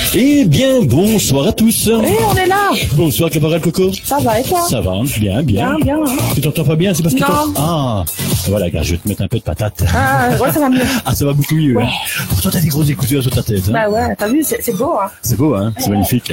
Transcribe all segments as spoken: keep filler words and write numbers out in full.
Eh bien, bonsoir à tous. Eh, on est là. Bonsoir, camarade Coco. Ça va et toi? Ça va, bien, bien. Bien, bien. Tu t'entends pas bien, c'est parce que Non. t'entends- Ah, voilà, gars, je vais te mettre un peu de patate. Ah, ouais, ça va mieux. Ah, ça va beaucoup mieux. Ouais. Hein. Pourtant, t'as des grosses écouteurs sur ta tête. Hein. Bah ouais, t'as vu, c'est c'est beau, hein. C'est beau, hein. C'est magnifique.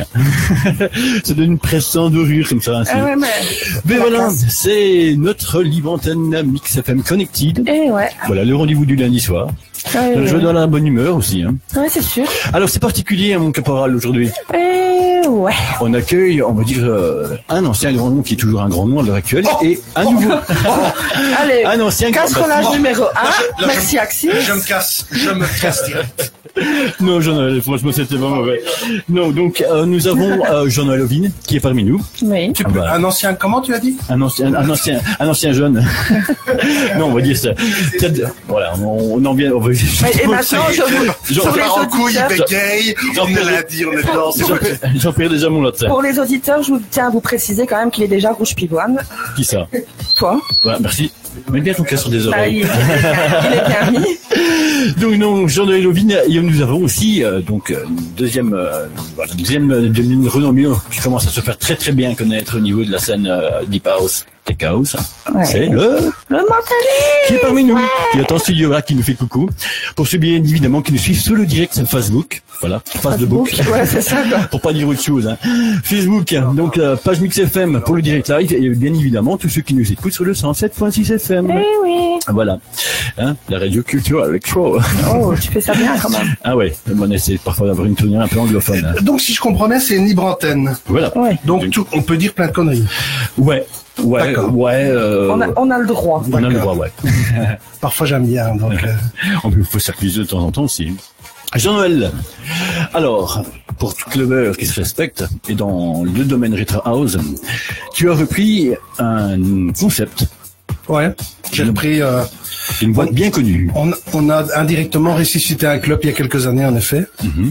Ça donne une prestance dorure comme ça. Ainsi. Ah ouais, mais... Mais la voilà, classe. c'est notre libre antenne Mix F M Connected. Eh ouais. Voilà, le rendez-vous du lundi soir. Ouais, Je ouais. donne la bonne humeur aussi. Hein. Ouais, c'est sûr. Alors, c'est particulier, hein, mon caporal, aujourd'hui. Eh ouais. On accueille, on va dire, euh, un ancien grand nom qui est toujours un grand nom à l'heure actuelle et un nouveau. Allez, Un ancien grand casserolage numéro un. Là, je- Merci, Axis. Je me casse, je me casse direct. Non, Jean-Noël, franchement, c'était pas mauvais. Non, donc, euh, nous avons euh, Jean-Noël Ovine qui est parmi nous. Oui. Tu Ah peux, bah. un ancien, comment tu as dit? Un ancien, un ancien, un ancien jeune. Non, on va dire ça. Peut-être- Voilà, on, on en vient, on va Mais, et maintenant, je vous... Jean- Pour les Jean en couille, auditeurs, bégaye, on Jean- l'a dit, on est dedans, c'est J'en vrai. perds- J'en perds déjà mon lot. pour les auditeurs, je vous tiens à vous préciser quand même qu'il est déjà rouge pivoine. Qui ça? Toi. Voilà, merci. Mets bien ton cas sur des Bah, oreilles. il, il est bien, il est bien mis. Donc non, Jean-Noël Ovine, et nous avons aussi euh, donc euh, une deuxième, euh, voilà, une deuxième euh, deuxième renommée qui commence à se faire très très bien connaître au niveau de la scène euh, Deep House, Tech House. Ouais. C'est le Le mentaliste. qui est parmi nous, qui est en studio là, qui nous fait coucou. Pour ceux bien évidemment qui nous suivent sur le direct sur Facebook, voilà, Facebook. Ouais, c'est ça, quoi. Pour pas dire autre chose. Hein. Facebook, donc euh, page Mix F M pour le direct live et bien évidemment tous ceux qui nous écoutent sur le cent sept point six F M. Eh oui. Voilà, hein, la radio culture électro. Oh, tu fais ça bien quand même. Ah ouais, on essaie parfois d'avoir une tournure un peu anglophone. Hein. Donc, si je comprends bien, c'est une libre antenne. Voilà. Ouais. Donc, tout, on peut dire plein de conneries. Ouais, ouais, D'accord. ouais. Euh, On a, on a le droit. on a le D'accord. droit, ouais. Parfois, j'aime bien, donc, euh, On peut faut s'accuser de temps en temps aussi. Jean-Noël, alors, pour tout clubbeur qui se respecte, et dans le domaine Retro House, tu as repris un concept, ouais. J'ai repris, euh, une boîte bien connue. on, on a indirectement ressuscité un club il y a quelques années, en effet,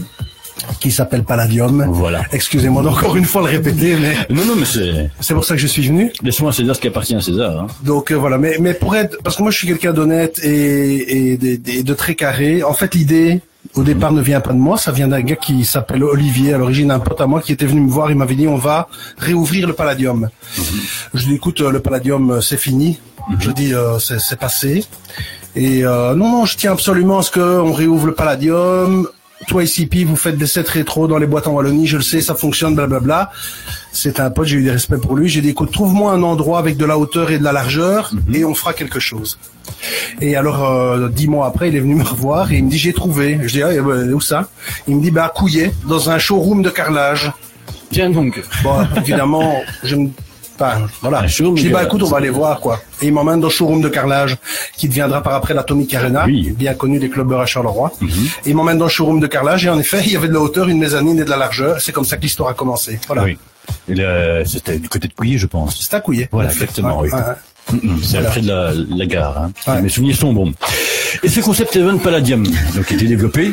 qui s'appelle Palladium. Voilà. Excusez-moi d'encore une fois le répéter, mais Non, non, mais c'est... c'est pour ça que je suis venu. Laisse-moi à César ce qui appartient à César. Hein. Donc euh, voilà, mais mais pour être, parce que moi je suis quelqu'un d'honnête et et de, de, de très carré. En fait, l'idée au départ ne vient pas de moi, ça vient d'un gars qui s'appelle Olivier, à l'origine un pote à moi qui était venu me voir, il m'avait dit on va réouvrir le Palladium. Je lui dis écoute, euh, le Palladium euh, c'est fini. Je dis euh, c'est c'est passé. Et euh, non non, je tiens absolument à ce que on réouvre le Palladium. Toi I C P, vous faites des sets rétro dans les boîtes en Wallonie, je le sais, ça fonctionne, blablabla. C'est un pote, j'ai eu des respects pour lui. J'ai dit, écoute, trouve-moi un endroit avec de la hauteur et de la largeur, et on fera quelque chose. Et alors, euh, dix mois après, il est venu me revoir et il me dit, j'ai trouvé. Je dis, ah, euh, où ça? Il me dit, bah, à Couillet, dans un showroom de carrelage. Tiens donc. Bon, évidemment, je me... Enfin, voilà. Un Je showroom dis, de bah, carrelage. écoute, on va aller voir, quoi. Et il m'emmène dans le showroom de carrelage, qui deviendra par après l'Atomic Arena, Oui. bien connu des clubbeurs à Charleroi. Et il m'emmène dans le showroom de carrelage, et en effet, il y avait de la hauteur, une mezzanine et de la largeur. C'est comme ça que l'histoire a commencé. Voilà. Oui. Et le- c'était du côté de Couillet, je pense. C'est à Couillet. Voilà, en fait. exactement, Ouais, oui. ouais, ouais. Mm, mm, C'est Voilà. près de la, la gare. Hein. Ouais. Mes souvenirs sont bons. Et ce concept Event Palladium, donc, a été développé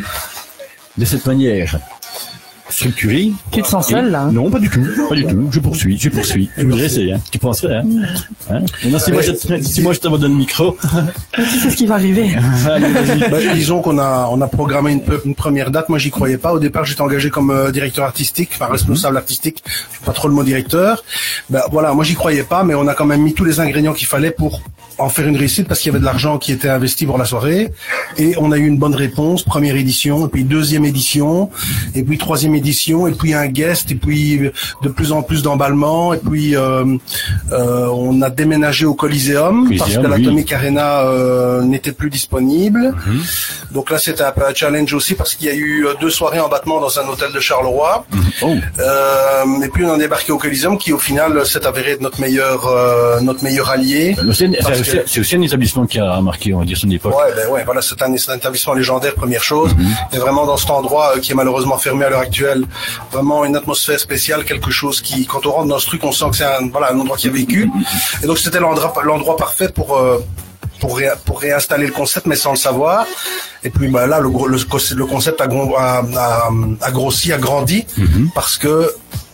de cette manière structurée. Tu te sens Et- seul, là? Non, pas du tout, pas du tout. Je poursuis, je poursuis. Je voudrais essayer. Hein. Tu penserais, hein, hein Maintenant, si, moi, je, si moi je t'abandonne le micro, Tu sais ce qui va arriver. allez, vas-y. Bah, disons qu'on a on a programmé une, pe- une première date. Moi, j'y croyais pas. Au départ, j'étais engagé comme euh, directeur artistique, enfin responsable artistique. Je sais pas trop le mot directeur. Ben voilà, moi j'y croyais pas, mais on a quand même mis tous les ingrédients qu'il fallait pour en faire une réussite parce qu'il y avait de l'argent qui était investi pour la soirée et on a eu une bonne réponse. Première édition, et puis deuxième édition, et puis troisième édition, et puis un guest, et puis de plus en plus d'emballement, et puis euh, euh, on a déménagé au Coliseum, Coliseum, parce que oui. l'Atomic Arena euh, n'était plus disponible. Donc là, c'était un peu un challenge aussi parce qu'il y a eu euh, deux soirées en battement dans un hôtel de Charleroi. Oh, Euh, et puis on a débarqué au Coliseum qui au final s'est avéré être notre meilleur euh, notre meilleur allié. le C N Parce c'est que- c'est- c'est aussi un établissement qui a marqué, on va dire, son époque. Ouais, ben ouais, voilà, c'est un, c'est un établissement légendaire, première chose. Mhm. Et vraiment dans cet endroit euh, qui est malheureusement fermé à l'heure actuelle, vraiment une atmosphère spéciale, quelque chose qui, quand on rentre dans ce truc, on sent que c'est un, voilà, un endroit qui a vécu. Et donc c'était l'endroit, l'endroit parfait pour euh, pour, ré, pour réinstaller le concept, mais sans le savoir. Et puis bah, là, le, gros- le, le concept a, gros- a, a, a grossi, a grandi, Mhm. parce que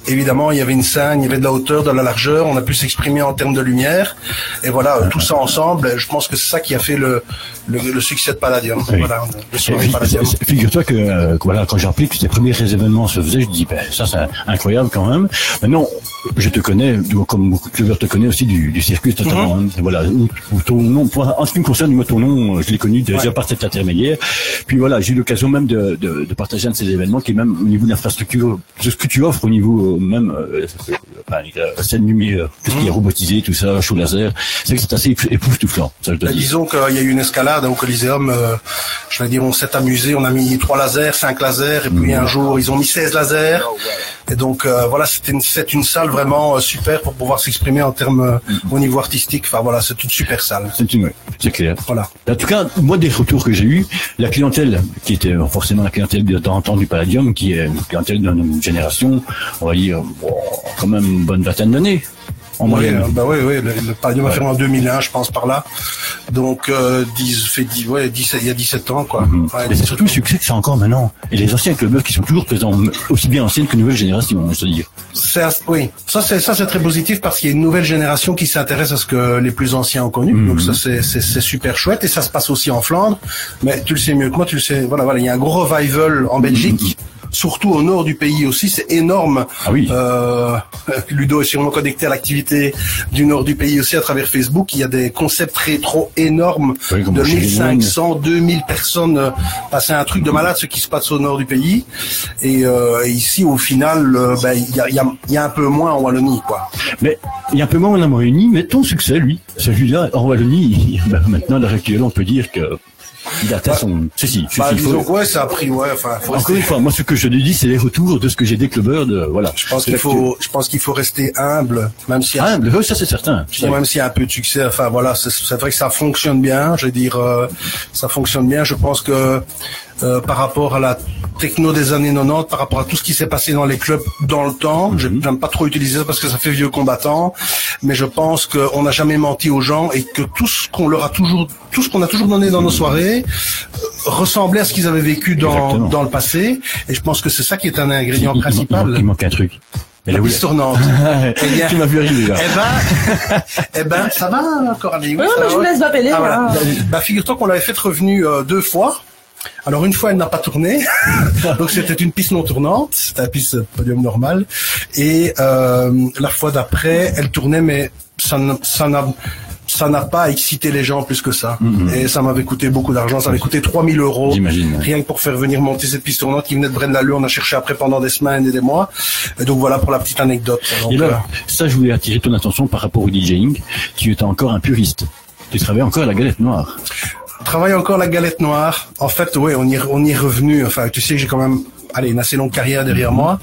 évidemment, il y avait une scène, il y avait de la hauteur, de la largeur, on a pu s'exprimer en termes de lumière. Et voilà, tout ça ensemble, je pense que c'est ça qui a fait le, le, le succès de Palladium. Oui. Voilà, le soirée Palladium. Figure-toi que, euh, voilà, quand j'ai appris que ces premiers événements se faisaient, je dis, ben, ça, c'est incroyable quand même. Maintenant, je te connais, comme beaucoup de clubbers te connaissent aussi du, du circuit, totalement. Mm-hmm. Voilà, où, où ton nom, en ce qui me concerne, moi, ton nom, je l'ai connu déjà ouais. par cet intermédiaire. Puis voilà, j'ai eu l'occasion même de, de, de partager un de ces événements qui est même au niveau de l'infrastructure, de ce que tu offres au niveau même, euh, enfin, scène lumière, tout ce qui est robotisé, tout ça, show laser. C'est que c'est assez époustouflant, ça je dois bah, dire. Disons qu'il y a eu une escalade au Coliseum, euh, je vais dire, on s'est amusé, on a mis trois lasers, cinq lasers, et puis mmh. un jour, ils ont mis seize lasers. Et donc, euh, voilà, c'était une, c'est une salle vraiment euh, super pour pouvoir s'exprimer en termes, euh, mmh. au niveau artistique. Enfin, voilà, c'est une super salle. C'est une, c'est clair. Voilà. En tout cas, moi, des retours que j'ai eu, la clientèle, qui était forcément la clientèle de temps en temps du Palladium, qui est une clientèle d'une génération, on va dire, bon, quand même une bonne vingtaine d'années. En oui, euh, bah oui, oui, le, le Palladium ouais. a fermé en deux mille un, je pense, par là. Donc, euh, dix, fait dix, ouais, dix, il y a dix-sept ans, quoi. Mm-hmm. Ouais, mais c'est surtout le succès que c'est encore maintenant. Et les anciens clubbers qui sont toujours présents, aussi bien anciennes que nouvelles générations, je veux dire. C'est, oui, ça c'est, ça c'est très positif parce qu'il y a une nouvelle génération qui s'intéresse à ce que les plus anciens ont connu. Mm-hmm. Donc ça c'est, c'est, c'est super chouette et ça se passe aussi en Flandre. Mais tu le sais mieux que moi, tu le sais. Voilà, voilà, il y a un gros revival en Belgique. Mm-hmm. Surtout au nord du pays aussi, c'est énorme. Ah oui. Euh, Ludo est sûrement connecté à l'activité du nord du pays aussi à travers Facebook. Il y a des concepts rétro énormes oui, de mille cinq cents, deux mille personnes. Euh, bah, c'est un truc de malade ce qui se passe au nord du pays. Et euh, ici, au final, euh, bah, il y a, y, a, y a un peu moins en Wallonie, quoi. Mais il y a un peu moins en Wallonie, mais ton succès, lui, celui-là en Wallonie, bah, maintenant, à l'heure actuelle, on peut dire que il a atteint bah, son... Si, si, bah, si, disons faut... ouais, ça a pris, ouais, enfin... Encore rester... une fois, moi, ce que je lui dis, c'est les retours de ce que j'ai des clubbers de... Voilà. Je pense qu'il faut, je pense qu'il faut rester humble, même si... Humble, oui, ça, c'est certain. Ouais. Même s'il y a un peu de succès, enfin, voilà, c'est, c'est vrai que ça fonctionne bien, je veux dire, euh, ça fonctionne bien, je pense que... Euh, par rapport à la techno des années quatre-vingt-dix, par rapport à tout ce qui s'est passé dans les clubs dans le temps. Mm-hmm. J'aime pas trop utiliser ça parce que ça fait vieux combattant, mais je pense qu'on n'a jamais menti aux gens et que tout ce qu'on leur a toujours, tout ce qu'on a toujours donné dans nos soirées euh, ressemblait à ce qu'ils avaient vécu dans, dans le passé. Et je pense que c'est ça qui est un ingrédient il, principal. Il, il, il manque un truc. Et la piste tournante. Eh bien, tu m'as vu rire, là. Eh ben, eh ben, ça va encore aller. Oui, mais je vous laisse m'appeler. Ah, voilà. Bah, figure-toi qu'on l'avait fait revenu euh, deux fois. Alors une fois elle n'a pas tourné, donc c'était une piste non tournante, c'était une piste podium normale, et euh, la fois d'après elle tournait mais ça n'a ça n'a ça n'a pas excité les gens plus que ça, mm-hmm. et ça m'avait coûté beaucoup d'argent, ça avait coûté trois mille euros, j'imagine, rien que pour faire venir monter cette piste tournante qui venait de Braine-l'Alleud, on a cherché après pendant des semaines et des mois, et donc voilà pour la petite anecdote. Donc, et là, euh... ça je voulais attirer ton attention par rapport au DJing, tu étais encore un puriste, tu travaillais encore à la galette noire. Travaille encore la galette noire. En fait, ouais, on y, on y est revenu. Enfin, tu sais que j'ai quand même, allez, une assez longue carrière derrière moi.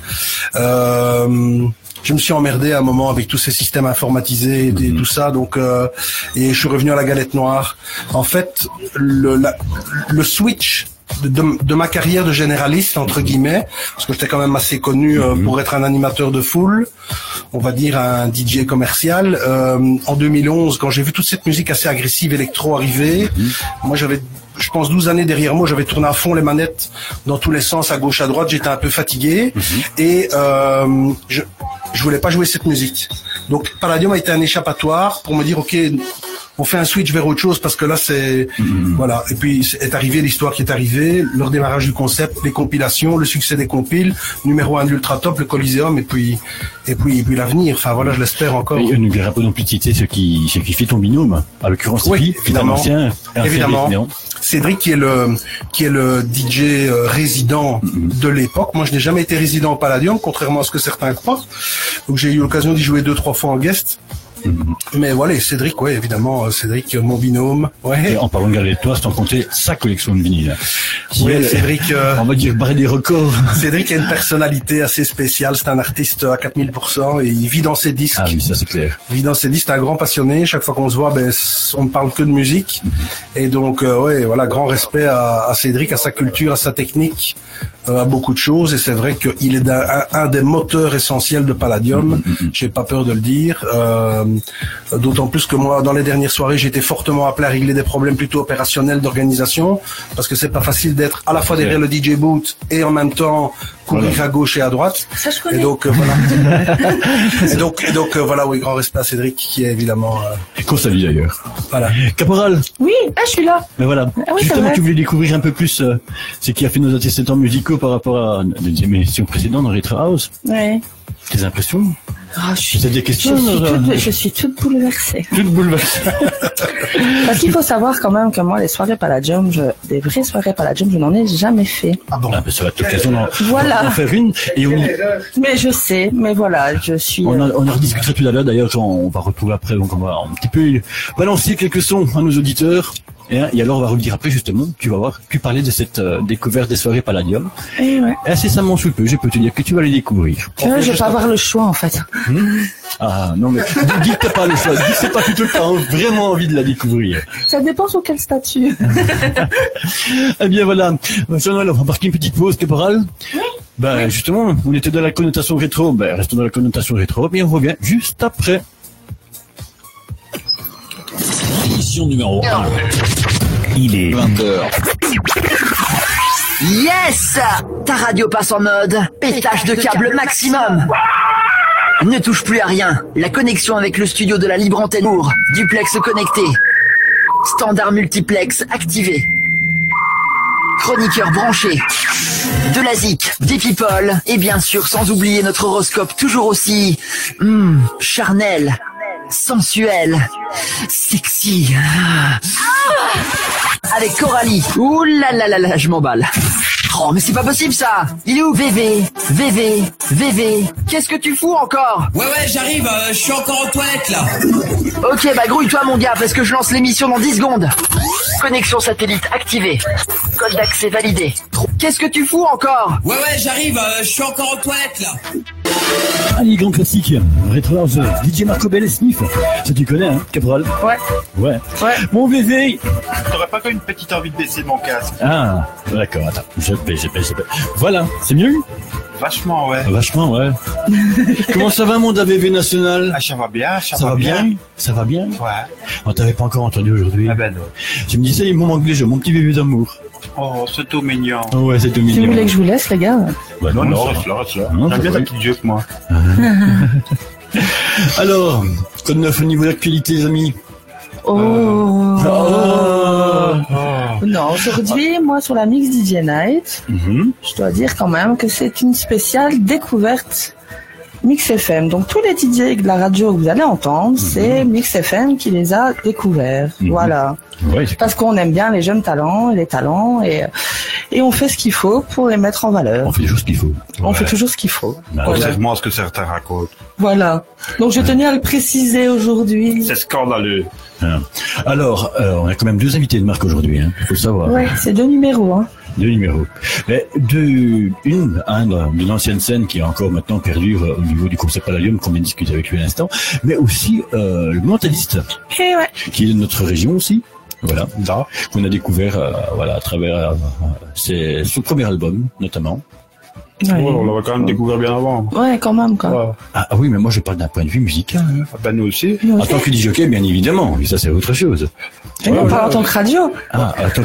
Euh, je me suis emmerdé à un moment avec tous ces systèmes informatisés et mm-hmm. tout ça, donc euh, et je suis revenu à la galette noire. En fait, le, la, le switch de, de, de ma carrière de généraliste entre guillemets, parce que j'étais quand même assez connu euh, pour être un animateur de foule, on va dire un D J commercial. Euh, en deux mille onze, quand j'ai vu toute cette musique assez agressive électro arriver, mmh. moi j'avais, je pense, douze années derrière moi, j'avais tourné à fond les manettes dans tous les sens, à gauche, à droite, j'étais un peu fatigué mmh. et euh, je je voulais pas jouer cette musique. Donc Palladium a été un échappatoire pour me dire ok, on fait un switch vers autre chose parce que là c'est mmh. voilà. Et puis est arrivé l'histoire qui est arrivée, le redémarrage du concept, les compilations, le succès des compiles, numéro un de l'Ultra Top, le Coliseum et puis et puis et puis l'avenir. Enfin voilà, je l'espère encore. Et n'oubliera pas non plus de citer ce qui ce qui fait ton binôme, à l'occurrence oui, évidemment, ancien, évidemment. Ancien Cédric qui est le qui est le D J euh, résident mmh. de l'époque. Moi je n'ai jamais été résident au Palladium, contrairement à ce que certains croient. Donc j'ai eu l'occasion d'y jouer deux trois fois en guest. Mais voilà, Cédric, ouais, évidemment, Cédric, mon binôme. Ouais. Et en parlant de galette noire, sans compter sa collection de vinyles. Oui, elle, Cédric, euh, on va dire barrer des records. Cédric a une personnalité assez spéciale. C'est un artiste à quatre mille pour cent et il vit dans ses disques. Ah oui, ça c'est clair. Il vit dans ses disques, c'est un grand passionné. Chaque fois qu'on se voit, ben, on ne parle que de musique. Mm-hmm. Et donc, euh, ouais, voilà, grand respect à, à Cédric, à sa culture, à sa technique, euh, à beaucoup de choses. Et c'est vrai qu'il est un, un des moteurs essentiels de Palladium. Mm-hmm. J'ai pas peur de le dire. Euh, D'autant plus que moi, dans les dernières soirées, j'ai été fortement appelé à régler des problèmes plutôt opérationnels d'organisation, parce que c'est pas facile d'être à la fois derrière le D J booth et en même temps courir Voilà. à gauche et à droite. Ça, je Et connais. donc, euh, voilà. et donc, et donc, euh, voilà, oui, grand respect à Cédric, qui est évidemment, euh, Qu'on salue d'ailleurs. voilà. Caporal, Oui, ah, je suis là. mais voilà. Ah oui, c'est Justement, vrai. tu voulais découvrir un peu plus euh, ce qui a fait nos antécédents musicaux par rapport à des émissions précédentes dans Retro House. Ouais. Tes impressions? Ah, je suis, C'est des je questions, suis, là, toute, là. je suis toute bouleversée. Toute bouleversée. Parce qu'il faut savoir quand même que moi, les soirées Palladium, je, des vraies soirées Palladium, je n'en ai jamais fait. Ah bon. Ah, ben, ça va être l'occasion d'en Voilà. d'en faire une. Et on, Mais je sais, mais voilà, je suis... on, en- euh, on en rediscutera tout à l'heure. D'ailleurs, quand on va retrouver après. Donc, on va un petit peu balancer quelques sons à nos auditeurs. Et, hein, et alors, on va revenir après, justement. Tu vas voir, tu parlais de cette euh, découverte des soirées Palladium. eh ouais. Et incessamment sous peu, je peux te dire que tu vas les découvrir. Tu vois, je vais pas avoir le choix, en fait. Ah, non, mais dis que t'as pas le choix. Dis que c'est pas plutôt que t'as vraiment envie de la découvrir. Ça dépend sur quel statut. Eh bien, voilà. Jean-Noël, on va marquer une petite pause, caporal. Ben, justement, on était dans la connotation rétro. Ben, restons dans la connotation rétro. Et on revient juste après. Émission numéro un. Il est vingt heures. Yes! Ta radio passe en mode pétage de câble maximum. Ne touche plus à rien. La connexion avec le studio de la Libre Antenne Mour. Duplex connecté. Standard multiplex activé. Chroniqueur branché. De la zik, des people. Et bien sûr, sans oublier notre horoscope toujours aussi... hmm, charnel. Sensuel. Sexy. Avec Coralie. Ouh là là là là, je m'emballe. Oh, mais c'est pas possible ça. Il est où V V V V V V Qu'est-ce que tu fous encore? Ouais ouais j'arrive, euh, je suis encore aux toilettes là. Ok, bah grouille-toi mon gars, parce que je lance l'émission dans dix secondes. Connexion satellite activée. Code d'accès validé. Qu'est-ce que tu fous encore? Ouais ouais j'arrive, euh, je suis encore aux toilettes là. Allez, grand classique. Retro House, D J Marco Bell et Sniff. Ça, tu connais, hein, caporal? Ouais. Ouais. Ouais. Mon V V. T'aurais pas quand même une petite envie de baisser mon casque? Ah, d'accord, attends. Je paie, je paie, je paie. Voilà, c'est mieux? Vachement, ouais. Vachement, ouais. Comment ça va, mon V V national? Ah, ça va bien, ça, Ça va bien? Ça va bien? Ouais. On t'avait pas encore entendu aujourd'hui. Ah ben non. Je me disais, il me manque déjà, mon petit bébé d'amour. Oh, c'est tout mignon. Oh ouais, c'est tout Si vous mignon. voulez que je vous laisse, les gars. Bah, Non, non, ça reste va. là, reste là. Non, J'aime ça bien va. ta petite joke, moi. Alors, code neuf au niveau d'actualité, les amis. Oh. Oh. Non, aujourd'hui, moi, sur la Mix D J Night, Mhm. je dois dire quand même que c'est une spéciale découverte Mix F M. Donc, tous les D J de la radio que vous allez entendre, c'est Mix F M qui les a découverts. Mhm. Voilà. Ouais, c'est- Parce qu'on aime bien les jeunes talents et les talents et, et on fait ce qu'il faut pour les mettre en valeur. on fait toujours ce qu'il faut. On Ouais. fait toujours ce qu'il faut. Bah, Voilà. Contrairement à ce que certains racontent. Voilà. Donc, je tenais à le préciser aujourd'hui. C'est scandaleux. Hein. Alors, euh, on a quand même deux invités de marque aujourd'hui, hein. Faut le savoir. Ouais, c'est deux numéros, hein. Deux numéros. Mais deux, une, un d'une ancienne scène qui est encore maintenant perdure euh, au niveau du concept Palladium, qu'on vient de discuter avec lui à l'instant, mais aussi euh, le mentaliste, Et ouais. qui est de notre région aussi. Voilà, là, qu'on a découvert euh, voilà, à travers euh, c'est son premier album, notamment. Ouais. Oh, on l'avait quand même découvert bien avant. Ouais, quand même, quoi. Ouais. Ah, ah oui, mais moi je parle d'un point de vue musical. Hein. Ah ben nous aussi. Nous En aussi. tant que disjockey, bien évidemment, et ça c'est autre chose. Et on parle en tant que radio. Ah, attends,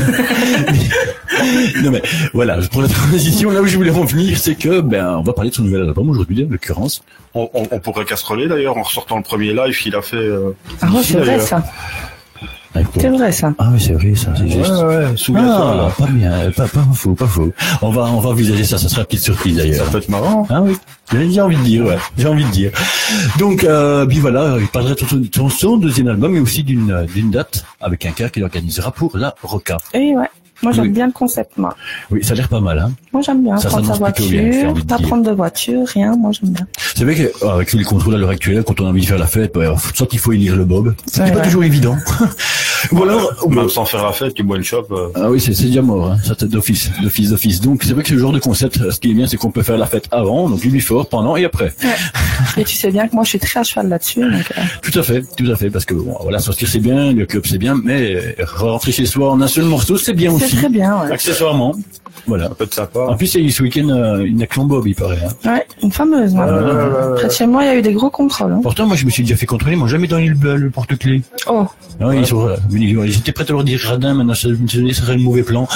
non mais voilà, pour la transition, là où je voulais en venir, c'est que ben on va parler de son nouvel album aujourd'hui, en l'occurrence. On, on, on pourrait casseroler d'ailleurs en ressortant le premier live qu'il a fait. Euh, Ah ouais, ici, c'est vrai, d'ailleurs. ça. Avec pour- C'est vrai, ça. Ah oui, c'est vrai, ça, c'est juste. Ouais, ouais, souviens-toi, Ah, là. pas bien, pas, pas faux, pas faux. On va, on va envisager ça, ça sera une petite surprise d'ailleurs. Ça peut être marrant. Ah oui, j'ai envie de dire, ouais, j'ai envie de dire. Donc, euh, puis voilà, il parlerait de son, de son deuxième album, mais aussi d'une d'une date avec un cas qu'il organisera pour la Roca. Et ouais. Moi, j'aime Oui. bien le concept, moi. Oui, ça a l'air pas mal, hein. Moi, j'aime bien Ça prendre sa s'annonce plutôt bien, j'ai voiture, envie de pas dire. prendre de voiture, rien. Moi, j'aime bien. C'est vrai qu'avec tous les contrôles à l'heure actuelle, quand on a envie de faire la fête, bah, soit il faut élire le bob, ce qui n'est Ouais, pas ouais. toujours évident. Ou alors, Même sans faire la fête, tu bois une chope. euh, ah oui, c'est c'est déjà mort, hein. Ça c'est d'office, d'office, d'office. Donc c'est vrai que ce genre de concept, ce qui est bien, c'est qu'on peut faire la fête avant, donc lui fort, pendant et après. Et tu sais bien que moi, je suis très à cheval là-dessus. Donc, euh, Tout à fait, tout à fait, parce que bon, voilà, sortir c'est bien, le club c'est bien, mais rentrer chez soi en un seul morceau, c'est bien c'est aussi. très bien, ouais. Accessoirement. Voilà. Ça peut être sympa. En plus, il y a eu ce week-end euh, une action Bob, il paraît. Hein. Ouais, une fameuse. Hein. ouais, ouais, ouais. Près de chez moi, il y a eu des gros contrôles. Hein. Pourtant, moi, je me suis déjà fait contrôler, ils m'ont jamais donné le, le porte-clés. Oh. Non, ouais. Ils sont, euh, ils étaient prêts à leur dire radin, maintenant, ça, ça serait le mauvais plan.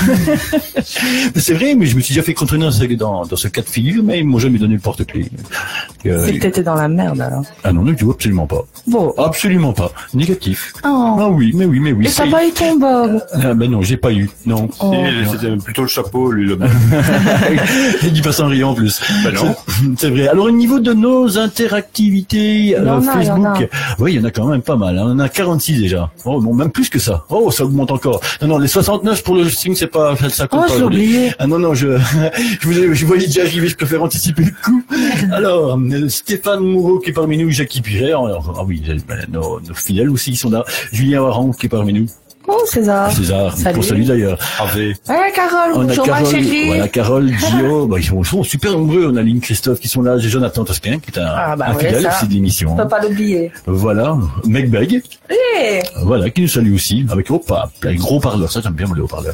Mais c'est vrai, mais je me suis déjà fait contrôler dans ce, dans, dans ce cas de figure, mais ils m'ont jamais donné le porte-clés. Euh, C'est que t'étais dans la merde, alors. Ah non, non, du tout, absolument pas. Bon. Absolument pas. Négatif. Oh. Ah oui, mais oui, mais oui. Et t'as pas eu ton Bob? Ah ben non, j'ai pas eu, non. Oh. Et c'était plutôt le chapeau, lui, le Il dit pas sans rire en plus. Ben non. C'est vrai. Alors au niveau de nos interactivités Il y en euh, a, il y en a. Facebook, oui, il y en a quand même pas mal. Hein. On en a quarante-six déjà. Oh non, même plus que ça. Oh, ça augmente encore. Non, non, les soixante-neuf pour le string, c'est pas ça, ça compte Oh, pas je l'ai aujourd'hui. oublié. Ah non, non, je je, vous, je voyais déjà arriver, je préfère anticiper le coup. Alors, euh, Stéphane Moureau qui est parmi nous, Jackie Piret, alors, ah oui, ben, nos, nos fidèles aussi qui sont là. Julien Waran qui est parmi nous. Oh, César. César, Salut. pour salut d'ailleurs. Ave. Ouais, Carole, On a bonjour ma Carole, chérie. voilà, Carole, Gio, bah, ils sont, ils sont super nombreux. On a Lynn Christophe qui sont là, j'ai Jonathan Tosquin qui est un, Ah, bah un ouais, fidèle ça. aussi de l'émission. On peut pas l'oublier. Voilà, Megbeg, Eh, voilà, qui nous salue aussi, avec oh, pas, avec gros parleur, ça j'aime bien le haut-parleur.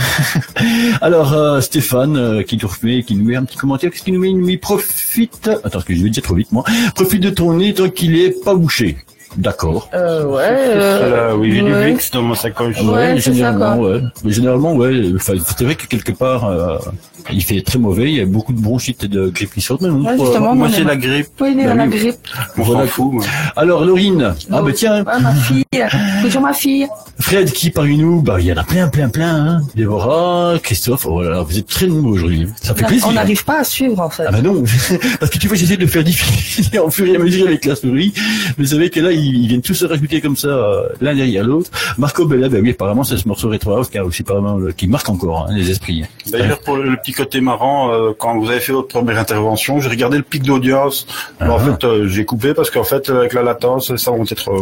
Alors, euh, Stéphane, euh, qui nous refait, qui nous met un petit commentaire, qu'est-ce qu'il nous met? Il nous met profite, attends, parce que je vais dire trop vite, moi, profite de ton nez tant qu'il est pas bouché. D'accord. euh, ouais, euh, Là, oui, j'ai du ouais. Vicks dans ma sacoche. Ouais, c'est ça, généralement, quoi. ouais. Mais généralement, ouais. Enfin, c'est vrai que quelque part, euh, il fait très mauvais. Il y a beaucoup de bronchites et de grippe qui sortent. Mais non, Ouais, pour- justement, Moi, on c'est est- la grippe. Oui, il est Bah à la oui. grippe. On Voilà. s'en fout, moi. Alors, Laurine. Ah, bah tiens. Ouais, ma fille. Bonjour ma fille. Fred qui parmi nous, bah il y en a plein, plein, plein. Hein. Déborah, Christophe. Oh là là, vous êtes très nombreux aujourd'hui. Ça fait plaisir. On n'arrive pas à suivre, en fait. Ah bah non, parce que tu vois, j'essaie de le faire difficile en fur et à mesure avec la souris, mais vous savez que là, ils, ils viennent tous se rajouter comme ça, euh, l'un derrière l'autre. Marco Bella, bah oui, apparemment, c'est ce morceau Retro House qui a aussi apparemment, euh, qui marque encore hein, les esprits. D'ailleurs, pour le petit côté marrant, euh, quand vous avez fait votre première intervention, j'ai regardé le pic d'audience. Bon, en Ah. fait, euh, j'ai coupé parce qu'en fait, avec la latence, ça montait trop.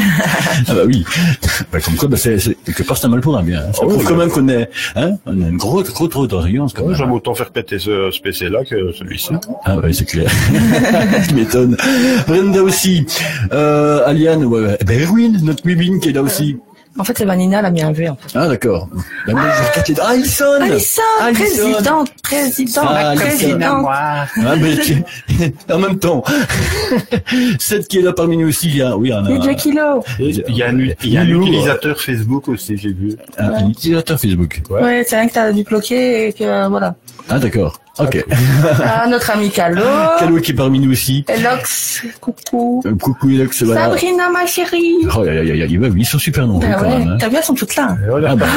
Ah bah oui. Bah, comme quoi, bah, c'est, c'est, quelque part, c'est un mal pour un bien. Hein. Ça Oh, prouve oui, quand bah. même qu'on est, hein, on a une grosse, grosse, grosse audience quand Ouais, même. J'aime autant faire péter ce, ce P C-là que celui-ci. Ah ouais, c'est clair. Tu m'étonnes. Brenda aussi. Euh, Aliane, ouais, ouais. Eh ben Erwin, notre Wibin qui est là aussi. En fait, c'est Vanina, la mienne vue, en fait. Ah d'accord. Ben, moi, je regarde les... Ah, Alison Alison, Alison. présidente, présidente, Ah, Alison. présidente. Ah, mais tu- en même temps. Celle qui est là parmi nous aussi, il y a, oui, on a Et Jackie Lowe. Il y a un, il y a un Loulou, utilisateur Facebook aussi, j'ai vu. un, un utilisateur Facebook. Ouais. Ouais, c'est un que t'as dû bloquer et que, voilà. Ah d'accord. Ok. Ah, notre ami Calo. Calo qui est parmi nous aussi. Elox, coucou. Euh, coucou Elox, voilà. Sabrina, ma chérie. Oh, y a, y a, y a, y a- ouais, oui, ils sont super nombreux Ben quand ouais, même. Hein. t'as vu, elles sont toutes là. Ah, bah,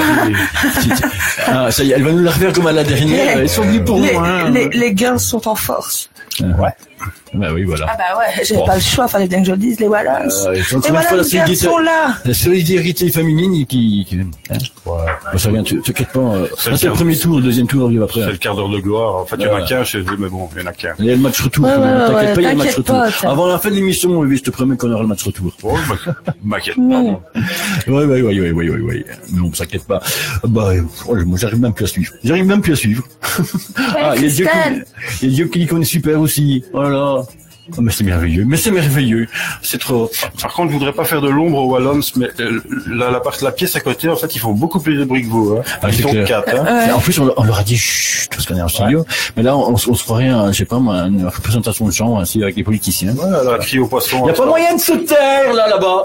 ah, ça y est, elle va nous la refaire comme à la dernière. Elles sont venues pour les, nous. Hein. les, les girls sont en force. Ouais. Bah oui, voilà. Ah bah ouais, j'ai Bon. pas le choix, fallait bien que je le dise, les Wallace. Euh, ils sont les encore une fois la Wallace girls solidarité, sont là. la solidarité féminine qui, qui hein. Ouais. Bon, ça vient, tu t'inquiète pas. Euh, C'est ça, le c'est le quart- premier tour, le deuxième tour arrive après. C'est le quart d'heure de gloire. En fait, il y en a qu'un chez eux, mais bon, il y en a qu'un. Il y a le match retour. Ouais, ouais, t'inquiète ouais, pas, il y a le match t'inquiète retour. pas, ça. Avant la fin de l'émission, oui, je te promets qu'on aura le match retour. Oh, bah, m'inquiète pas. Ouais. moi. Ouais, ouais, ouais, ouais, ouais, ouais, ouais. Non, t'inquiète pas. Bah, euh, oh, moi, j'arrive même plus à suivre. J'arrive même plus à suivre. Ah, il y a Dieu Christelle. qui, il y a Dieu qui dit qu'on est super aussi. Voilà. Oh, mais c'est merveilleux. Mais c'est merveilleux. C'est trop. Par contre, je voudrais pas faire de l'ombre aux Wallons, mais euh, la, la, part- la pièce à côté, en fait, ils font beaucoup plus de bruit que vous. Hein. Ah, Ils c'est sont clair. quatre. Hein. Ouais. En plus, on, on leur a dit chut, parce qu'on est en studio. Mais là, on, on, se croirait, un, je sais pas moi, une représentation de chambre ainsi avec les politiciens. Ouais, la crie au poisson. Il n'y a pas moyen de se taire, là, là-bas.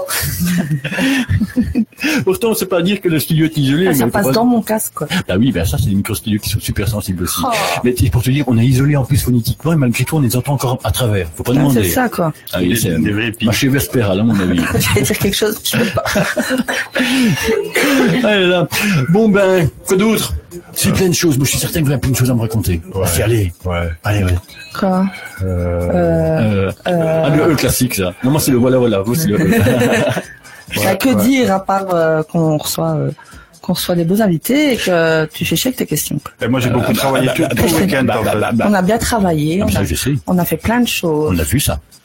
Pourtant, on sait pas dire que le studio est isolé. Ah, ça mais passe faut pas- dans mon casque, quoi. Bah oui, ben ça, c'est des micro-studios qui sont super sensibles aussi. Oh. Mais c'est pour te dire, on est isolé en plus phonétiquement et malgré tout, on les entend encore à travers. Faut pas Ah, demander. c'est ça, quoi. Ah oui, Des- c'est des vrais pics. marché vespéral, à mon avis. J'allais dire quelque chose, je peux pas. Allez, là. Bon, ben, quoi d'autre? C'est plein de choses. Moi, je suis certain que vous avez plein de choses à me raconter. Ouais. Allez. Ouais. Allez, ouais. Quoi? Euh... Euh, Euh, ah, le E classique, ça. Non, moi, c'est le voilà, voilà. Vous, c'est le E. bah, que dire, à part euh, qu'on reçoit, euh, qu'on reçoit des beaux invités et que tu fais chier avec tes questions, quoi. Et moi, j'ai beaucoup travaillé tout, tout le week-end. en fait. bah, bah, On a bien travaillé, Ah, on ça, a, je sais. on a fait plein de choses. On a vu ça.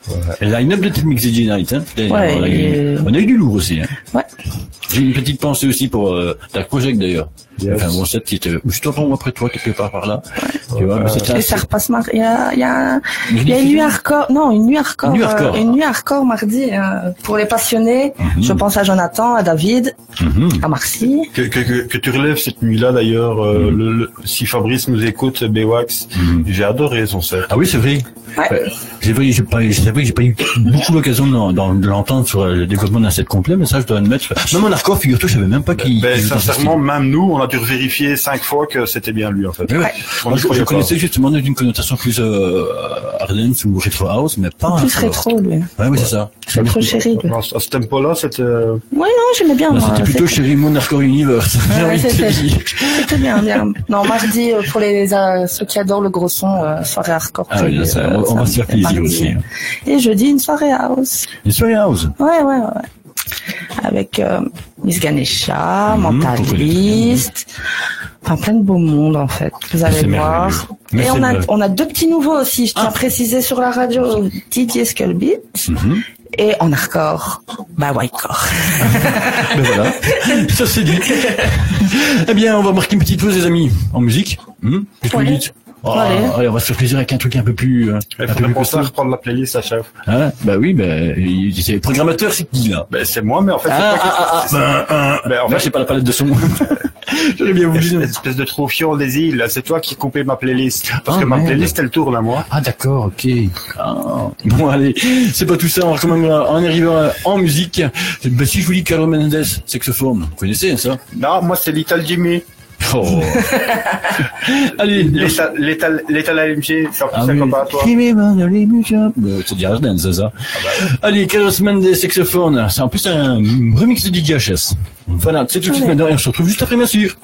Et line-up de Ted Mix Night, hein. Ouais, on, a eu, et... on a eu du lourd aussi, hein. Ouais. J'ai une petite pensée aussi pour euh, Dark Project d'ailleurs. Yes. Enfin bon, set qui était juste en tombe après toi quelque part par là. Tu vois, mais c'était Et un- ça repasse mar... Il y a, il y a, Une il y a une diffusion nuit hardcore. Non, une nuit hardcore. Une nuit hardcore. euh, une nuit hardcore mardi euh, pour les passionnés. Mhm. Je pense à Jonathan, à David, Mhm. à Marcy. Que, que, que, que tu relèves cette nuit-là d'ailleurs, euh, Mhm. le, le- si Fabrice nous écoute, Bewax, Mhm. j'ai adoré son set. Ah oui, c'est vrai. Ouais. Ouais. C'est vrai, j'ai pas, c'est vrai que j'ai pas eu beaucoup l'occasion de, d'en- de l'entendre sur le développement d'un set complet, mais ça, je dois admettre. Même en hardcore, figure-toi, je savais même pas qu'il. Ben, qu'il était sincèrement, même nous, on a dû vérifier cinq fois que c'était bien lui en fait. Ouais, ouais. On Moi, y je, je croyait connaissais pas. justement d'une connotation plus euh, Ardence ou Retro House, mais pas. Plus hardcore. rétro, lui. Ouais, oui, c'est ça. C'est trop chéri, lui. À ce à ce tempo-là, c'était. euh, Ouais, non, j'aimais bien, Là, moi. c'était plutôt C'était- chez Raymond Hardcore Universe. J'ai Ouais, envie de te c'était- dire. C'était bien, bien. Non, mardi, euh, pour les euh, ceux qui adorent le gros son, euh, soirée hardcore. Ah oui, prévue, ça, euh, on, on va se faire plaisir mardi. aussi. hein. Et jeudi, une soirée house. Une soirée house. Ouais, ouais, ouais. ouais. Avec euh, Miss Ganesha, Mhm, Mentaliste, enfin plein de beaux mondes en fait. Vous allez C'est voir. merveilleux. Mais Et on c'est a, vrai. on a deux petits nouveaux aussi. Je tiens Ah. à préciser sur la radio, Didier Skullbeat Mhm. et en hardcore, bah Whitecore. Ben voilà, ça c'est dit. Eh bien, on va marquer une petite pause, les amis, en musique. Hum Qu'est-ce que vous Ouais. dites? Oh, Allez. allez, on va se faire plaisir avec un truc un peu plus, euh, Il un peu faudrait plus penser à costaud. reprendre la playlist à chef. Hein? Bah oui, ben, il- c'est le programmateur, c'est qui là? Ben, c'est moi, mais en fait, c'est Ah, pas que- ah, ah, c'est- ah, ah, Ben, en Moi, fait, j'ai pas la palette de son. J'aurais bien voulu. espèce espèce de troufion des îles, c'est toi qui coupais ma playlist. Parce Ah, que ma merde. playlist, elle tourne à moi. Ah d'accord, ok. Ah. Bon allez, c'est pas tout ça, on va quand même euh, en arrivant euh, en musique. Ben, si je vous dis Carlos Mendes, saxophone, vous connaissez hein, ça? Non, moi, c'est Little Jimmy. Oh. Allez, L'étal, l'étal, l'étal A M G, c'est un Ah peu oui. sympa à toi. Euh, C'est du Ardenne, c'est ça. Allez, Carlos Mendes, saxophone. C'est en plus un remix de D J H S. Voilà, c'est tout de suite maintenant et on se retrouve juste après, bien sûr.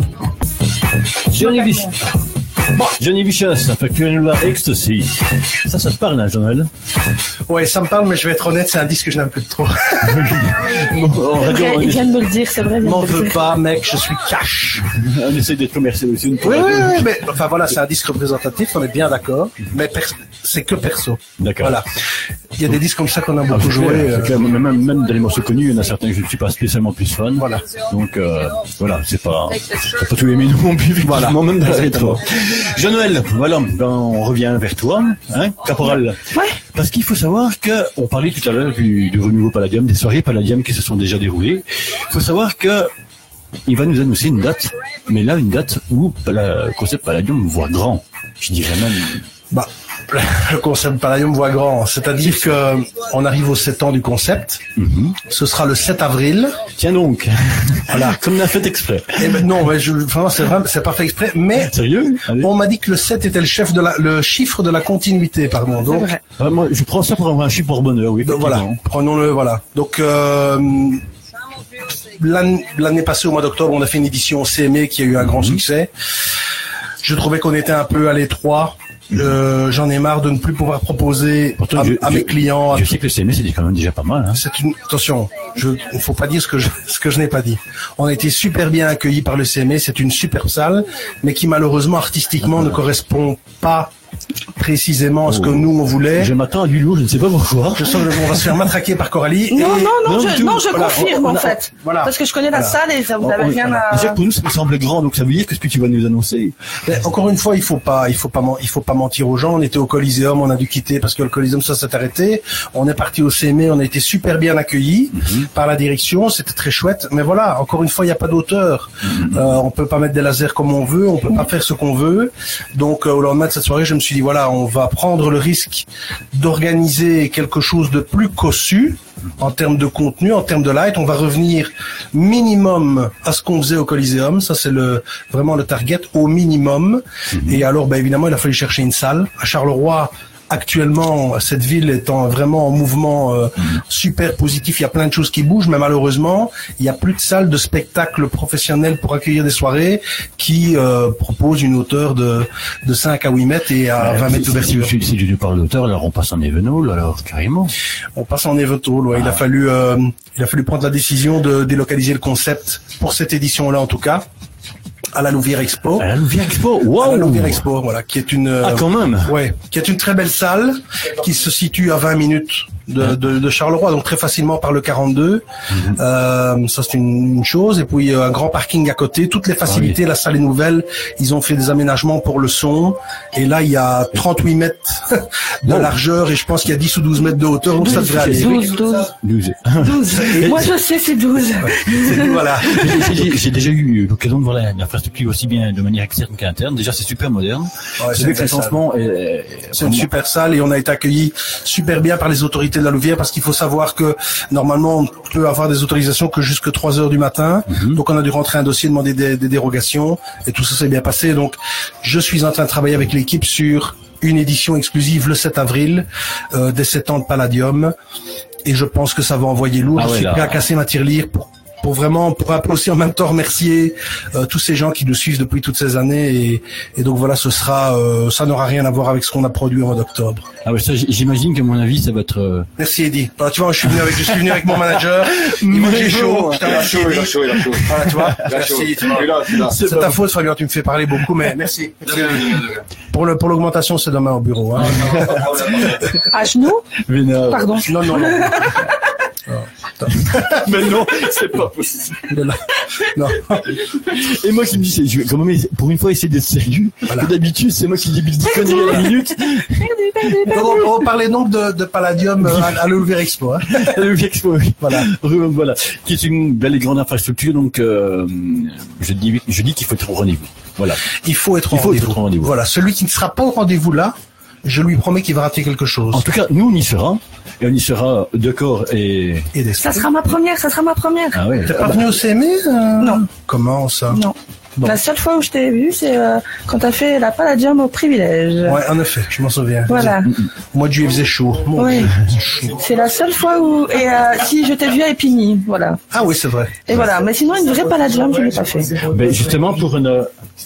Johnny Vicious. Bon, Johnny Vicious, Factual Ecstasy. Ça, ça te parle, hein, Joël? Ouais, ça me parle, mais je vais être honnête, c'est un disque que je n'aime plus trop. Bon, on, radio, Il on, vient de me le dire, c'est vrai. il vient M'en de me le veux dire. pas, mec, je suis cash. on essaie d'être commercial aussi. Oui, oui, oui, mais enfin voilà, c'est un disque représentatif, on est bien d'accord, mais pers- c'est que perso. D'accord. Voilà. Il y a des disques comme ça qu'on a Ah, beaucoup c'est joué. clair, euh, c'est clair. Même, même, même dans les morceaux connus, il y en a certains que je ne suis pas spécialement plus fan. Voilà. Donc, euh, voilà, c'est pas, c'est pas tous les menus non plus, Voilà. effectivement, même dans la Exactement. rétro. Jean-Noël, voilà, ben, on revient vers toi, hein, caporal. Ouais. Parce qu'il faut savoir que, on parlait tout à l'heure du, du renouveau Palladium, des soirées Palladium qui se sont déjà déroulées. Il faut savoir que, il va nous annoncer une date, mais là, une date où le concept Palladium voit grand. Je dirais même, Bah, le concept Palladium voit grand, c'est-à-dire que on arrive aux sept ans du concept. mhm. Ce sera le sept avril. Tiens donc. Voilà. Comme on a fait exprès. Et ben non, ouais, je, vraiment, c'est vrai, c'est pas fait exprès, mais Sérieux? Allez. on m'a dit que le sept était le chef de la, le chiffre de la continuité, pardon. C'est Donc, vrai. Ah, moi, je prends ça pour avoir un chiffre pour bonheur, oui. donc, voilà, effectivement. prenons-le, voilà. Donc, euh, l'année, l'année passée, au mois d'octobre, on a fait une édition C M E qui a eu un grand succès. Je trouvais qu'on était un peu à l'étroit. Euh, j'en ai marre de ne plus pouvoir proposer Pourtant, à, je- à je- mes clients. Je sais que le C M S, c'était quand même déjà pas mal. Hein. C'est une attention. Je, il faut pas dire ce que je, ce que je n'ai pas dit. On a été super bien accueillis par le C M E. C'est une superbe salle, mais qui malheureusement artistiquement ne correspond pas précisément à ce que Oh. nous on voulait. Je m'attends à du lourd, je ne sais pas pourquoi. Je sens qu'on va se faire matraquer par Coralie. Non, et- non, non, non, je, du tout. non, je Voilà, confirme on- on en a- fait. voilà. Parce que je connais la Voilà. salle et ça vous On- avez on- rien à... Déjà, pour nous, ça me semble grand, donc ça veut dire que ce que tu vas nous annoncer. Mais encore une fois, il faut pas, il faut pas, men- il faut pas mentir aux gens. On était au Coliseum, on a dû quitter parce que le Coliseum ça s'est arrêté. On est parti au C M E, on a été super bien accueillis par la direction, c'était très chouette. Mais voilà, encore une fois, il n'y a pas d'auteur. Euh, on peut pas mettre des lasers comme on veut, on peut pas faire ce qu'on veut. Donc euh, au lendemain de cette soirée, je me suis dit voilà, on va prendre le risque d'organiser quelque chose de plus cossu en termes de contenu, en termes de light. On va revenir minimum à ce qu'on faisait au Coliseum. Ça, c'est le vraiment le target au minimum. Et alors, bah, évidemment, il a fallu chercher une salle. À Charleroi, actuellement, cette ville étant vraiment en mouvement euh, super positif, il y a plein de choses qui bougent, mais malheureusement, il n'y a plus de salles de spectacle professionnelles pour accueillir des soirées qui euh, proposent une hauteur de, de cinq à huit mètres et à vingt mètres d'ouverture. Si, si, si tu parles d'auteur, alors on passe en Evenol, alors carrément. On passe en Evental, ouais. Il a fallu, euh, il a fallu prendre la décision de délocaliser le concept pour cette édition-là, en tout cas. à la Louvière Expo. À la Louvière Expo, wow. À la Louvière Expo, voilà, qui est une. Ah, quand même. Euh, ouais, qui est une très belle salle, qui se situe à vingt minutes de, de, de Charleroi, donc très facilement par le quarante-deux. Mm-hmm. Euh, ça c'est une, une chose. Et puis euh, un grand parking à côté, toutes les facilités. Ah, oui. La salle est nouvelle. Ils ont fait des aménagements pour le son. Et là, il y a trente-huit mètres de wow. largeur et je pense qu'il y a dix ou douze mètres de hauteur. Donc douze, ça devrait aller. douze, douze. douze. douze. Moi, je sais, c'est douze. Voilà. J'ai, j'ai déjà eu l'occasion de voir l'infrastructure aussi bien de manière externe qu'interne. Déjà, c'est super moderne. Ouais, c'est c'est lancement est, c'est une super salle et on a été accueillis super bien par les autorités de la Louvière parce qu'il faut savoir que normalement on peut avoir des autorisations que jusque trois heures du matin. Mm-hmm. Donc on a dû rentrer un dossier, demander des, des dérogations et tout ça s'est bien passé. Donc je suis en train de travailler avec l'équipe sur une édition exclusive le sept avril euh, des sept ans de Palladium et je pense que ça va envoyer lourd. Ah je ouais, suis prêt à casser ma tirelire pour pour vraiment, pour un peu aussi en même temps remercier euh, tous ces gens qui nous suivent depuis toutes ces années et, et donc voilà, ce sera, euh, ça n'aura rien à voir avec ce qu'on a produit au mois d'octobre. Ah ouais, ça, j'imagine qu'à mon avis, ça va être. Euh... Merci Eddy. Voilà, tu vois, je suis venu avec, je suis venu avec mon manager. Il m'a dit chaud. Il a chaud, il a chaud, il a chaud. Voilà, tu vois. Merci. Tu vois. C'est ta faute, Fabien. Tu me fais parler beaucoup, mais merci. Pour le, pour l'augmentation, c'est demain au bureau. Hein. À genoux. Vénard. Pardon. Non, non, non. Oh, mais non, c'est pas possible. Non. non. Et moi qui me dis, je vais quand même pour une fois essayer d'être sérieux. Voilà. D'habitude, c'est moi qui dis des conneries à la minute. Donc, on, on parlait donc de, de Palladium à, à Louvière Expo. Hein. À Louvière Expo, oui. Voilà. Voilà. Qui est une belle et grande infrastructure. Donc, euh, je dis, je dis qu'il faut être au rendez-vous. Voilà. Il faut être au Il faut rendez-vous. Être au rendez-vous. Voilà. Celui qui ne sera pas au rendez-vous là, je lui promets qu'il va rater quelque chose. En tout cas, nous, on y sera. Et on y sera de corps et... et d'esprit. Ça sera ma première, ça sera ma première. Ah ouais. T'es pas venu au C M E euh... Non. Comment ça? Non. Bon. La seule fois où je t'ai vu, c'est euh, quand t'as fait la Palladium au Privilège. Ouais, en effet, je m'en souviens. Voilà. Au mois de juillet, il faisait chaud. Mon oui. Dieu, chaud. C'est la seule fois où... Et euh, si, je t'ai vu à Épigny, voilà. Ah oui, c'est vrai. Et voilà, mais sinon, une vraie Palladium, je l'ai pas fait. Ben, justement, pour une...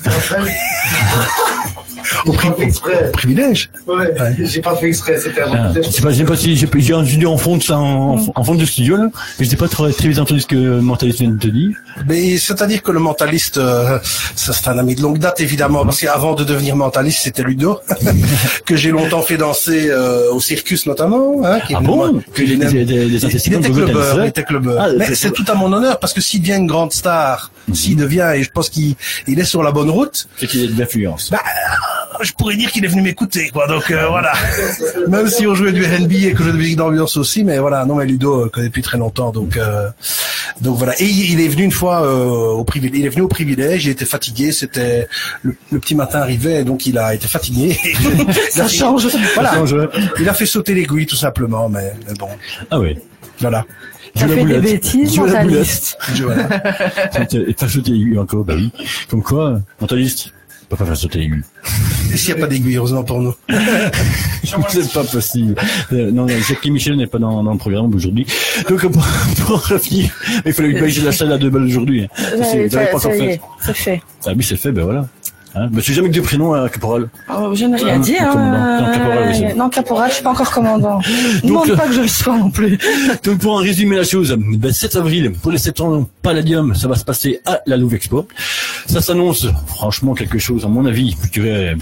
Au, pri- au privilège. Ouais, ouais. J'ai pas fait exprès, c'était avant. Ah, je sais pas, je sais pas si j'ai, j'ai un studio en fond de ça, en, mm. en fond de studio, là. Mais je n'ai pas très, très bien entendu ce que le mentaliste vient de te dire. Mais, c'est-à-dire que le mentaliste, euh, ça, c'est un ami de longue date, évidemment, parce qu'avant de devenir mentaliste, c'était Ludo, que j'ai longtemps fait danser, euh, au circus, notamment, hein, qui ah bon? Que j'ai des, des, des il, il était clubbeur, il était clubbeur. Ah, mais c'est, c'est tout à mon honneur, parce que s'il devient une grande star, mm-hmm. s'il devient, et je pense qu'il, il est sur la bonne route. C'est qu'il a de l'influence. Bah, je pourrais dire qu'il est venu m'écouter, quoi. Donc euh, voilà. Même si on jouait du R and B et que je jouais de musique d'ambiance aussi, mais voilà. Non, mais Ludo euh, connaît depuis très longtemps, donc euh, donc voilà. Et il est venu une fois euh, au privilège. Il est venu au privilège. Il était fatigué. C'était le, le petit matin arrivait, donc il a été fatigué. Ça fait, change. Voilà. Ça change. Il a fait sauter l'aiguille tout simplement, mais, mais bon. Ah oui. Voilà. Ça fait des bêtises, mentaliste. Voilà. Et t'as sauté l'aiguille encore, bah oui. Comme quoi, mentaliste. On peut pas faire sauter l'aiguille. Et s'il n'y a pas d'aiguille, heureusement pour nous. C'est pas possible. Euh, non, Jacques Michel n'est pas dans, dans le programme aujourd'hui. Donc, pour, pour revenir, il fallait que j'ai la salle à deux balles aujourd'hui. Ça, c'est, ça, pas ça y est, c'est fait. Ah oui, c'est fait, ben voilà. Hein, mais c'est jamais que deux prénoms à Caporal. Oh, je n'ai rien hein, dit, hein. Non, Caporal, aussi. Non, Caporal, je suis pas encore commandant. Ne demande pas que je le sois non plus. Donc, pour en résumer la chose, ben, sept avril, pour les sept ans Palladium, ça va se passer à la Louve Expo. Ça s'annonce, franchement, quelque chose, à mon avis, je dirais,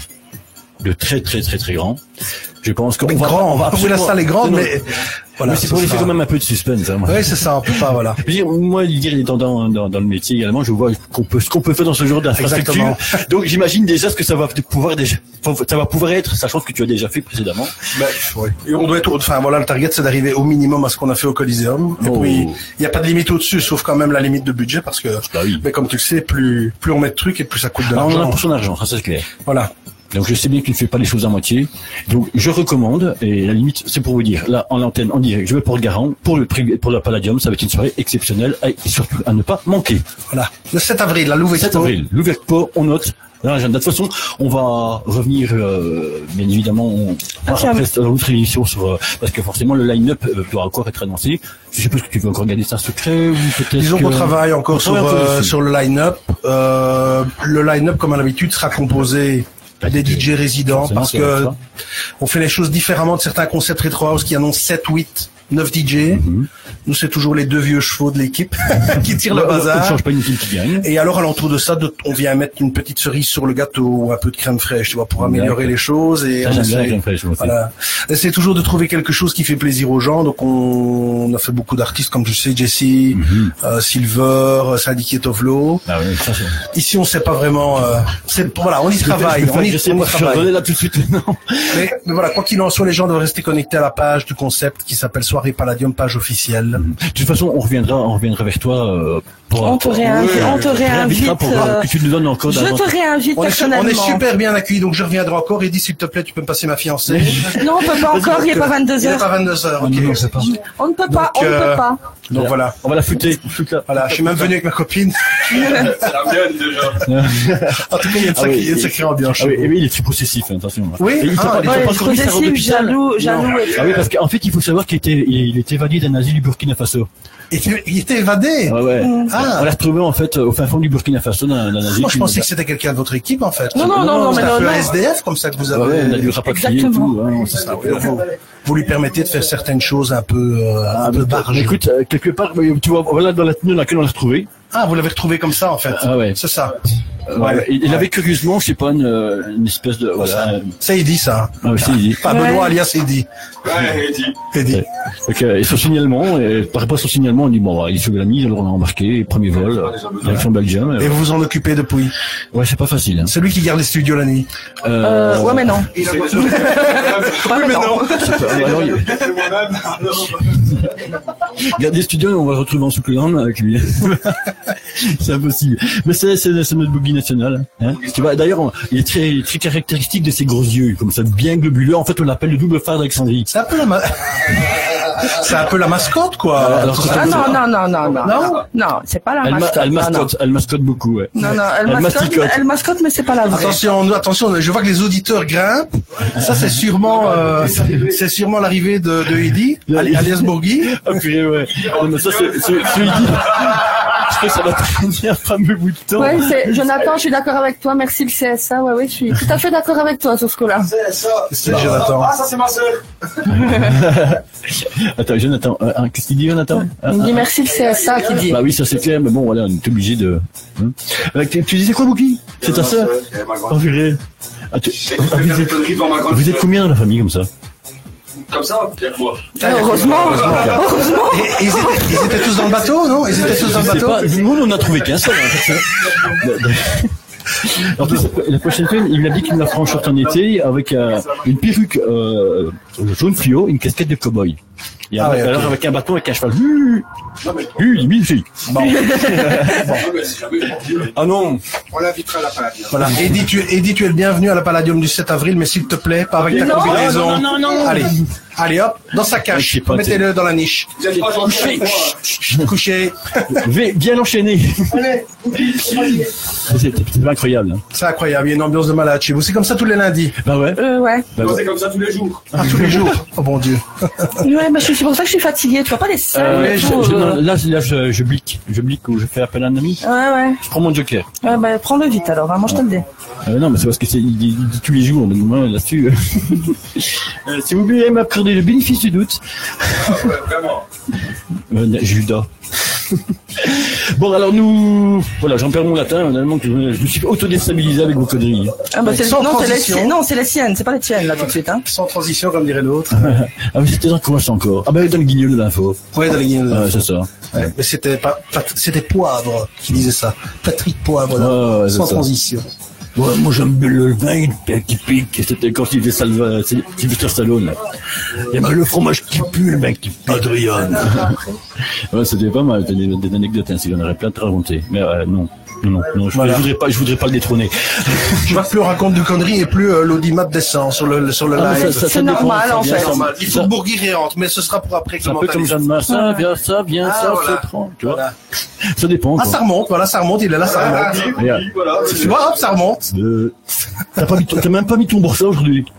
de très, très, très, très grand. Je pense qu'on va, grand, on va absolument... la salle est grande, mais, voilà. Mais c'est pour laisser quand même un peu de suspense, hein, moi. Oui, c'est ça, on peut pas, voilà. Je veux dire, moi, dire, étant dans, dans, dans le métier également, je vois qu'on peut, ce qu'on peut faire dans ce genre d'infrastructure. Donc, j'imagine déjà ce que ça va pouvoir déjà, ça va pouvoir être, sachant ce que tu as déjà fait précédemment. Ben, oui. Et on doit être, enfin, voilà, le target, c'est d'arriver au minimum à ce qu'on a fait au Coliseum. Et oh. puis, il n'y a pas de limite au-dessus, sauf quand même la limite de budget, parce que, bah oui. Mais comme tu le sais, plus, plus on met de trucs et plus ça coûte de l'argent. On a pour son argent, ça c'est clair. Voilà. Donc je sais bien que tu ne fais pas les choses à moitié. Donc je recommande, et la limite, c'est pour vous dire, là en antenne, en direct, je vais pour le garant, pour le pour la Palladium, ça va être une soirée exceptionnelle, et surtout à ne pas manquer. Voilà. Le sept avril, la Louve Expo. sept avril, Louve Expo, on note. Là, de toute façon, on va revenir, euh, bien évidemment, on va ah, après une autre émission sur, euh, parce que forcément le line-up euh, doit encore être annoncé. Je sais pas si tu veux encore garder ça secret ou peut-être. Disons que... qu'on travaille encore on sur, travaille euh, sur le line-up. Euh, le line-up, comme à l'habitude, sera composé des D J résidents parce que on fait les choses différemment de certains concepts Retro House qui annoncent sept, huit neuf D J. Mm-hmm. Nous, c'est toujours les deux vieux chevaux de l'équipe qui tirent le bazar. On ne change pas une équipe qui gagne. Et alors, à l'entour de ça, de, on vient mettre une petite cerise sur le gâteau ou un peu de crème fraîche, tu vois, pour améliorer les choses. Et ça, j'aime bien la crème fraîche, moi aussi. Voilà. C'est toujours de trouver quelque chose qui fait plaisir aux gens. Donc, on, on a fait beaucoup d'artistes, comme je sais, Jesse, mm-hmm. euh, Silver, Syndicate of Law. Ah oui, ça, c'est... Ici, on sait pas vraiment, euh, c'est, voilà, on y travaille. On y, je sais, on y moi, travaille. Je là tout de suite, non. Mais, mais voilà, quoi qu'il en soit, les gens doivent rester connectés à la page du concept qui s'appelle Soirée Palladium, page officielle. De toute façon, on reviendra, on reviendra vers toi. Euh, pour, on te réinvite. Oui, on te réinvite. Pour euh, que tu nous donnes encore. Je te réinvite on personnellement. Est, on est super bien accueillis, donc je reviendrai encore. Et dis s'il te plaît, tu peux me passer ma fiancée. Non, on peut pas encore. Il n'est pas vingt-deux heures. Il n'est pas vingt-deux heures. Ok. Non, c'est pas. On ne peut pas. Donc, on ne euh, peut pas. Donc voilà. On va la fouter. Voilà. Je suis même venu avec ma copine. C'est la mienne déjà. En tout cas, il y a une sacrée, ah oui, sacrée ambiance. Ah oui, et oui, il est très possessif, hein, attention. Oui. Et il ah, pas, ouais, pas possessif, jaloux, jaloux. Ah oui, parce qu'en fait, il faut savoir qu'il était, il était évadé d'un asile du Burkina Faso. Il était, il était évadé. Ah ouais. Ah. On l'a retrouvé en fait au fin fond du Burkina Faso dans un asile. Moi, je pensais que c'était quelqu'un de votre équipe en fait. Non, non, non, non, c'est mais un non, peu non. S D F comme ça que vous avez. Ah ouais, on a dû rapatrier et tout. Hein, c'est ça. Vous, vous lui permettez de faire certaines choses un peu, euh, un ah, peu barges. Écoute, euh, quelque part, tu vois, voilà dans la tenue dans laquelle on l'a retrouvé. Ah, vous l'avez retrouvé comme ça en fait. Ah ouais. C'est ça. Euh, ouais. Il, il ouais. avait curieusement, je sais pas, une, une espèce de voilà. C'est Eddy ça. Ah oui, c'est Eddy. Pas Benoît ouais. alias Eddy. Ouais, Eddy. Eddy. Ouais. Donc, euh, et son signalement, et par rapport à son signalement, on dit bon, il est sur la mise, alors on l'a embarqué, premier vol, direction ouais. Belgium. Et vous vous en occupez depuis. Ouais, c'est pas facile. Hein. C'est lui qui garde les studios la nuit. Euh, ouais, mais non. Il a oui, mais non. Alors, il... Garde les studios, on va le retrouver en sous-clan avec lui. C'est impossible. Mais c'est, c'est, c'est notre boogie national. Hein. Tu vois, d'ailleurs, on, il est très, très caractéristique de ses gros yeux, comme ça, bien globuleux. En fait, on l'appelle le double phare d'Alexandrie. C'est un peu la, ma... c'est un peu la mascotte, quoi. Alors, ah non, non, non, non, non, non, non, c'est pas la elle mascotte. Ma, elle mascotte, elle mascotte beaucoup, ouais. Non, non, elle, elle mascotte, elle mascotte, mais c'est pas la vraie. Attention, attention, je vois que les auditeurs grimpent. Ça, c'est sûrement, euh, c'est sûrement l'arrivée de, de Eddy, alias Bourgui. Ah, purée, ouais. Non, mais ça, c'est, c'est, c'est Eddy. Je crois que ça va traîner un fameux bout de temps. Ouais, c'est, Jonathan, je suis d'accord avec toi. Merci le C S A. Ouais, oui, je suis tout à fait d'accord avec toi sur ce coup-là. C S A. C'est Jonathan. Ah, ça, c'est ma sœur. Attends, Jonathan, euh, qu'est-ce qu'il dit, Jonathan? Il me dit merci le C S A qui dit. Bah oui, ça c'est clair, mais bon, voilà, on est obligé de, hein. euh, tu, tu disais quoi, Bouki? C'est ta sœur? Oh, purée. Ah, tu... ah, vous, êtes... vous êtes combien dans la famille, comme ça? Comme ça, bien quoi. Heureusement, heureusement. Et, ils, étaient, ils étaient tous dans le bateau, non? Ils étaient tous dans le bateau? Pas, nous, on en a trouvé qu'un seul, en fait. En plus, la prochaine fois, il m'a dit qu'il me la fera en short en été avec euh, une perruque euh, jaune fluo, une casquette de cow-boy. Et ah avec, ouais, alors okay. Avec un bâton avec un cheval. Huu, huu, mille filles. Bon. Bon. Ah non. On l'invitera à la Palladium. Voilà. Eddy, tu, Eddy, tu es le bienvenu à la Palladium du sept avril, mais s'il te plaît, pas avec ta non, combinaison. Non, non, non, non. Allez. Allez hop, dans sa cache. Pas, mettez-le dans la niche. Vous êtes pas gentil. Couché. Bien enchaîné. Allez. C'est, c'est incroyable. Hein. C'est incroyable. Il y a une ambiance de malade chez vous. C'est comme ça tous les lundis. Bah ouais. Euh, ouais. Bah ouais. C'est comme ça tous les jours. Ah, tous les jours. Oh bon Dieu. Ouais, bah c'est pour ça que je suis fatiguée. Tu vois pas les scènes. Euh, je, je, non, là, là, je, je blique. Je blique ou je fais appel à un ami. Ouais, ouais. Je prends mon joker. Ouais, bah prends-le vite alors. Hein, moi, je te le dis. Euh, non, mais c'est parce que c'est il dit, il dit tous les jours. Donc moi, là-dessus. euh, si vous voulez m'accorder le bénéfice du doute. Ouais, vraiment. Euh, Judas. Bon, alors nous, voilà, j'en perds mon latin, finalement, que je, je me suis autodéstabilisé avec vos conneries. Ah bah c'est non, c'est les siennes, non, c'est les siennes, c'est pas les tiennes là tout de suite, hein. Sans transition, comme dirait l'autre. Ah mais c'était dans quoi ça encore? Ah bah dans le guignol de l'info. Ouais, dans le guignol de l'info. Ouais, c'est ça. Ouais, mais c'était pas, pas c'était Poivre qui disait ça. Patrick Poivre, là. Ouais, ouais, sans ça. Transition. Ouais, moi j'aime bien le vin qui pique, c'était quand il faisait Salva, Sylvester Stallone, là. Il y a le fromage qui pue, le mec qui padrionne. Ouais, c'était pas mal, des, des anecdotes ainsi, j'en aurais plein de te raconter. Mais euh, non, non, non, non je, voilà. je voudrais pas, je voudrais pas le détrôner. Je vois que plus on raconte de conneries et plus euh, l'audimat descend sur le, sur le ah, live. Ça, ça, c'est normal, dépend, en fait. Normal. Il faut que Bourgui réentre, mais ce sera pour après. C'est un peu comme Jeanne Marc, ça vient, ça vient, ah, ça, voilà. Prend, tu vois. Voilà. Ça dépend. Ah, quoi. Ça remonte, voilà, ça remonte, il est là, ça remonte. Ah, oui, voilà. Tu vois, hop, ça remonte. Euh, t'as pas mis ton, t'as même pas mis ton boursa aujourd'hui.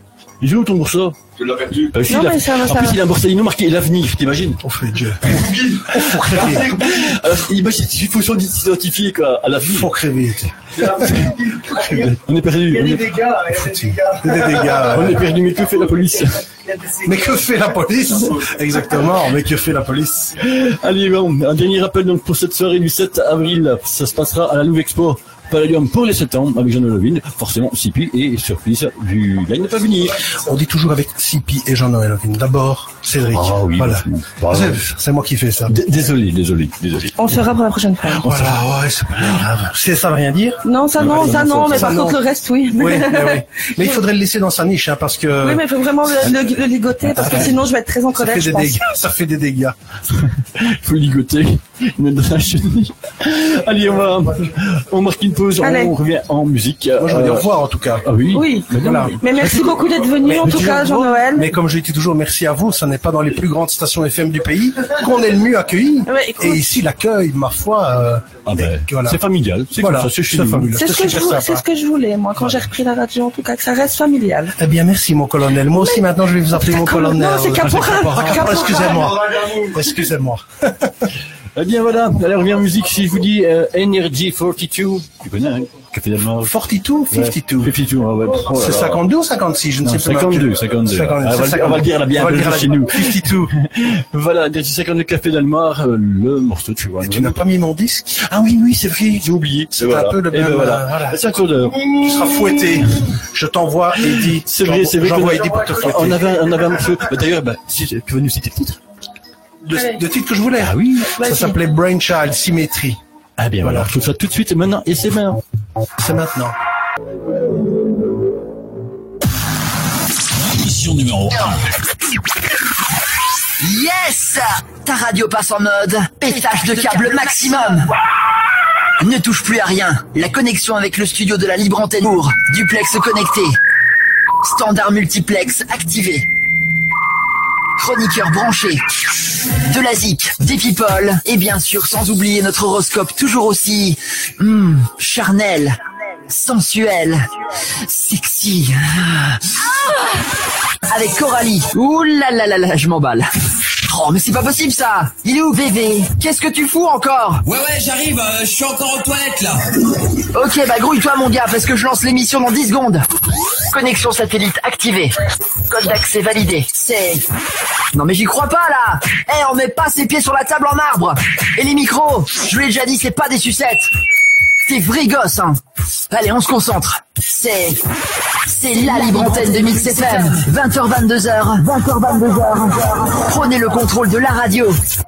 Il joue où ton morceau? Tu l'as perdu. Euh, si, Non, il a- mais ça va, en ça plus, va. il a un Borsalino marqué l'avenir, t'imagines? On fait Dieu. Alors, imagine, il faut s'identifier, quoi, à l'avenir. Faut crever. On est perdu. Il y a On des est, dégâts, il y a des dégâts. Des dégâts. on est perdu, mais que fait la police? Il y a des Mais que fait la police? Exactement, mais que fait la police? Allez, bon, un dernier rappel donc pour cette soirée du sept avril. Ça se passera à la Louvre Expo Palladium pour les sept ans avec Jean Lovin. Forcément, Sipi et surprise du gars ne pas venir. On dit toujours avec Sipi et Jean-Noël Ovin. D'abord, Cédric. Ah oui, voilà. bah, C'est- C'est moi qui fais ça. D- Désolé, désolé, désolé. On le fera pour la prochaine fois. Voilà, ouais, c'est pas grave. C'est- Ça veut rien dire. Non, ça non, ça non, mais Ça, par non. contre le reste, oui. Oui, mais, oui. Mais il faudrait le laisser dans sa niche, hein, parce que Oui, mais il faut vraiment le, le- le ligoter parce que sinon je vais être très en ça colère, fait je des pense. dégâts. Ça fait des dégâts. Faut ligoter, mettre dans la chenille. Allez, on va, on marque une pause, Allez. on revient en musique. Moi, je veux Euh, dire au revoir, en tout cas. Ah oui. Oui. Voilà. Mais merci beaucoup d'être venu en Mais tout toujours- cas, Jean-Noël. Mais comme je dis toujours, merci à vous. Ça n'est pas dans les plus grandes stations F M du pays qu'on est le mieux accueilli. Ouais, écoute. Et ici, l'accueil, ma foi, euh, Ah ben, voilà. c'est familial, c'est Voilà, comme ça, c'est chez c'est nous. fabuleux. C'est ce que je super vou- sympa. c'est ce que je voulais, moi, quand j'ai repris la radio, en tout cas, que ça reste familial. Eh bien, merci, mon colonel. Moi aussi, maintenant, je vais vous appeler mon colonel. Non, c'est caporal. Ah, Caporal. Excusez-moi. Excusez-moi. Eh bien voilà, alors revient en musique, si je vous dis euh, Energy quarante-deux, tu connais, hein, Café Delmar. quarante-deux, cinquante-deux. cinquante-deux, ah ouais. Oh là C'est là. cinquante-deux ou cinquante-six? Je ne Non, sais plus. cinquante-deux, cinquante-deux. cinquante-deux. Ah, on va le- C'est on va le dire là, bien On va le un peu dire chez là- nous. cinquante-deux. Voilà, Energy cinquante-deux Café Delmar, euh, le morceau, tu vois. Tu n'as pas mis mon disque? Ah oui, oui, c'est vrai, j'ai oublié. C'est Et voilà. un peu le Et ben même, voilà. euh, voilà. C'est un cours d'heure. Tu seras fouetté. Je t'envoie Eddie. C'est vrai, c'est vrai. J'envoie qu'on- Eddie pour te fouetter. On avait, on avait un morceau. Bah, d'ailleurs, bah, si, tu veux nous citer le titre? De, de titre que je voulais. Ah oui. Ça s'appelait Brainchild, Symétrie. Ah bien voilà, je trouve ça tout de suite, maintenant, et c'est maintenant. C'est maintenant. Émission numéro un. Yes! Ta radio passe en mode pétage de câble maximum. Ne touche plus à rien. La connexion avec le studio de la libre antenne lourd. Duplex connecté. Standard multiplex activé. Chroniqueur branché. De la zik, des people. Et bien sûr, sans oublier notre horoscope toujours aussi... hmm, charnel. Sensuel. Sexy. Avec Coralie. Ouh là là là là, je m'emballe. Oh, mais c'est pas possible ça. Il est où, V V? Qu'est-ce que tu fous encore? Ouais, ouais, j'arrive, euh, je suis encore aux toilettes là. Ok, bah grouille-toi mon gars, parce que je lance l'émission dans dix secondes. Connexion satellite activée. Code d'accès validé. C'est... Non mais j'y crois pas là. Eh, on met pas ses pieds sur la table en marbre. Et les micros, je vous l'ai déjà dit, c'est pas des sucettes. T'es vrai gosse, hein. Allez, on se concentre. C'est... C'est la libre antenne de Mix F M. vingt heures vingt-deux heures. vingt heures vingt-deux heures. Prenez le contrôle de la radio.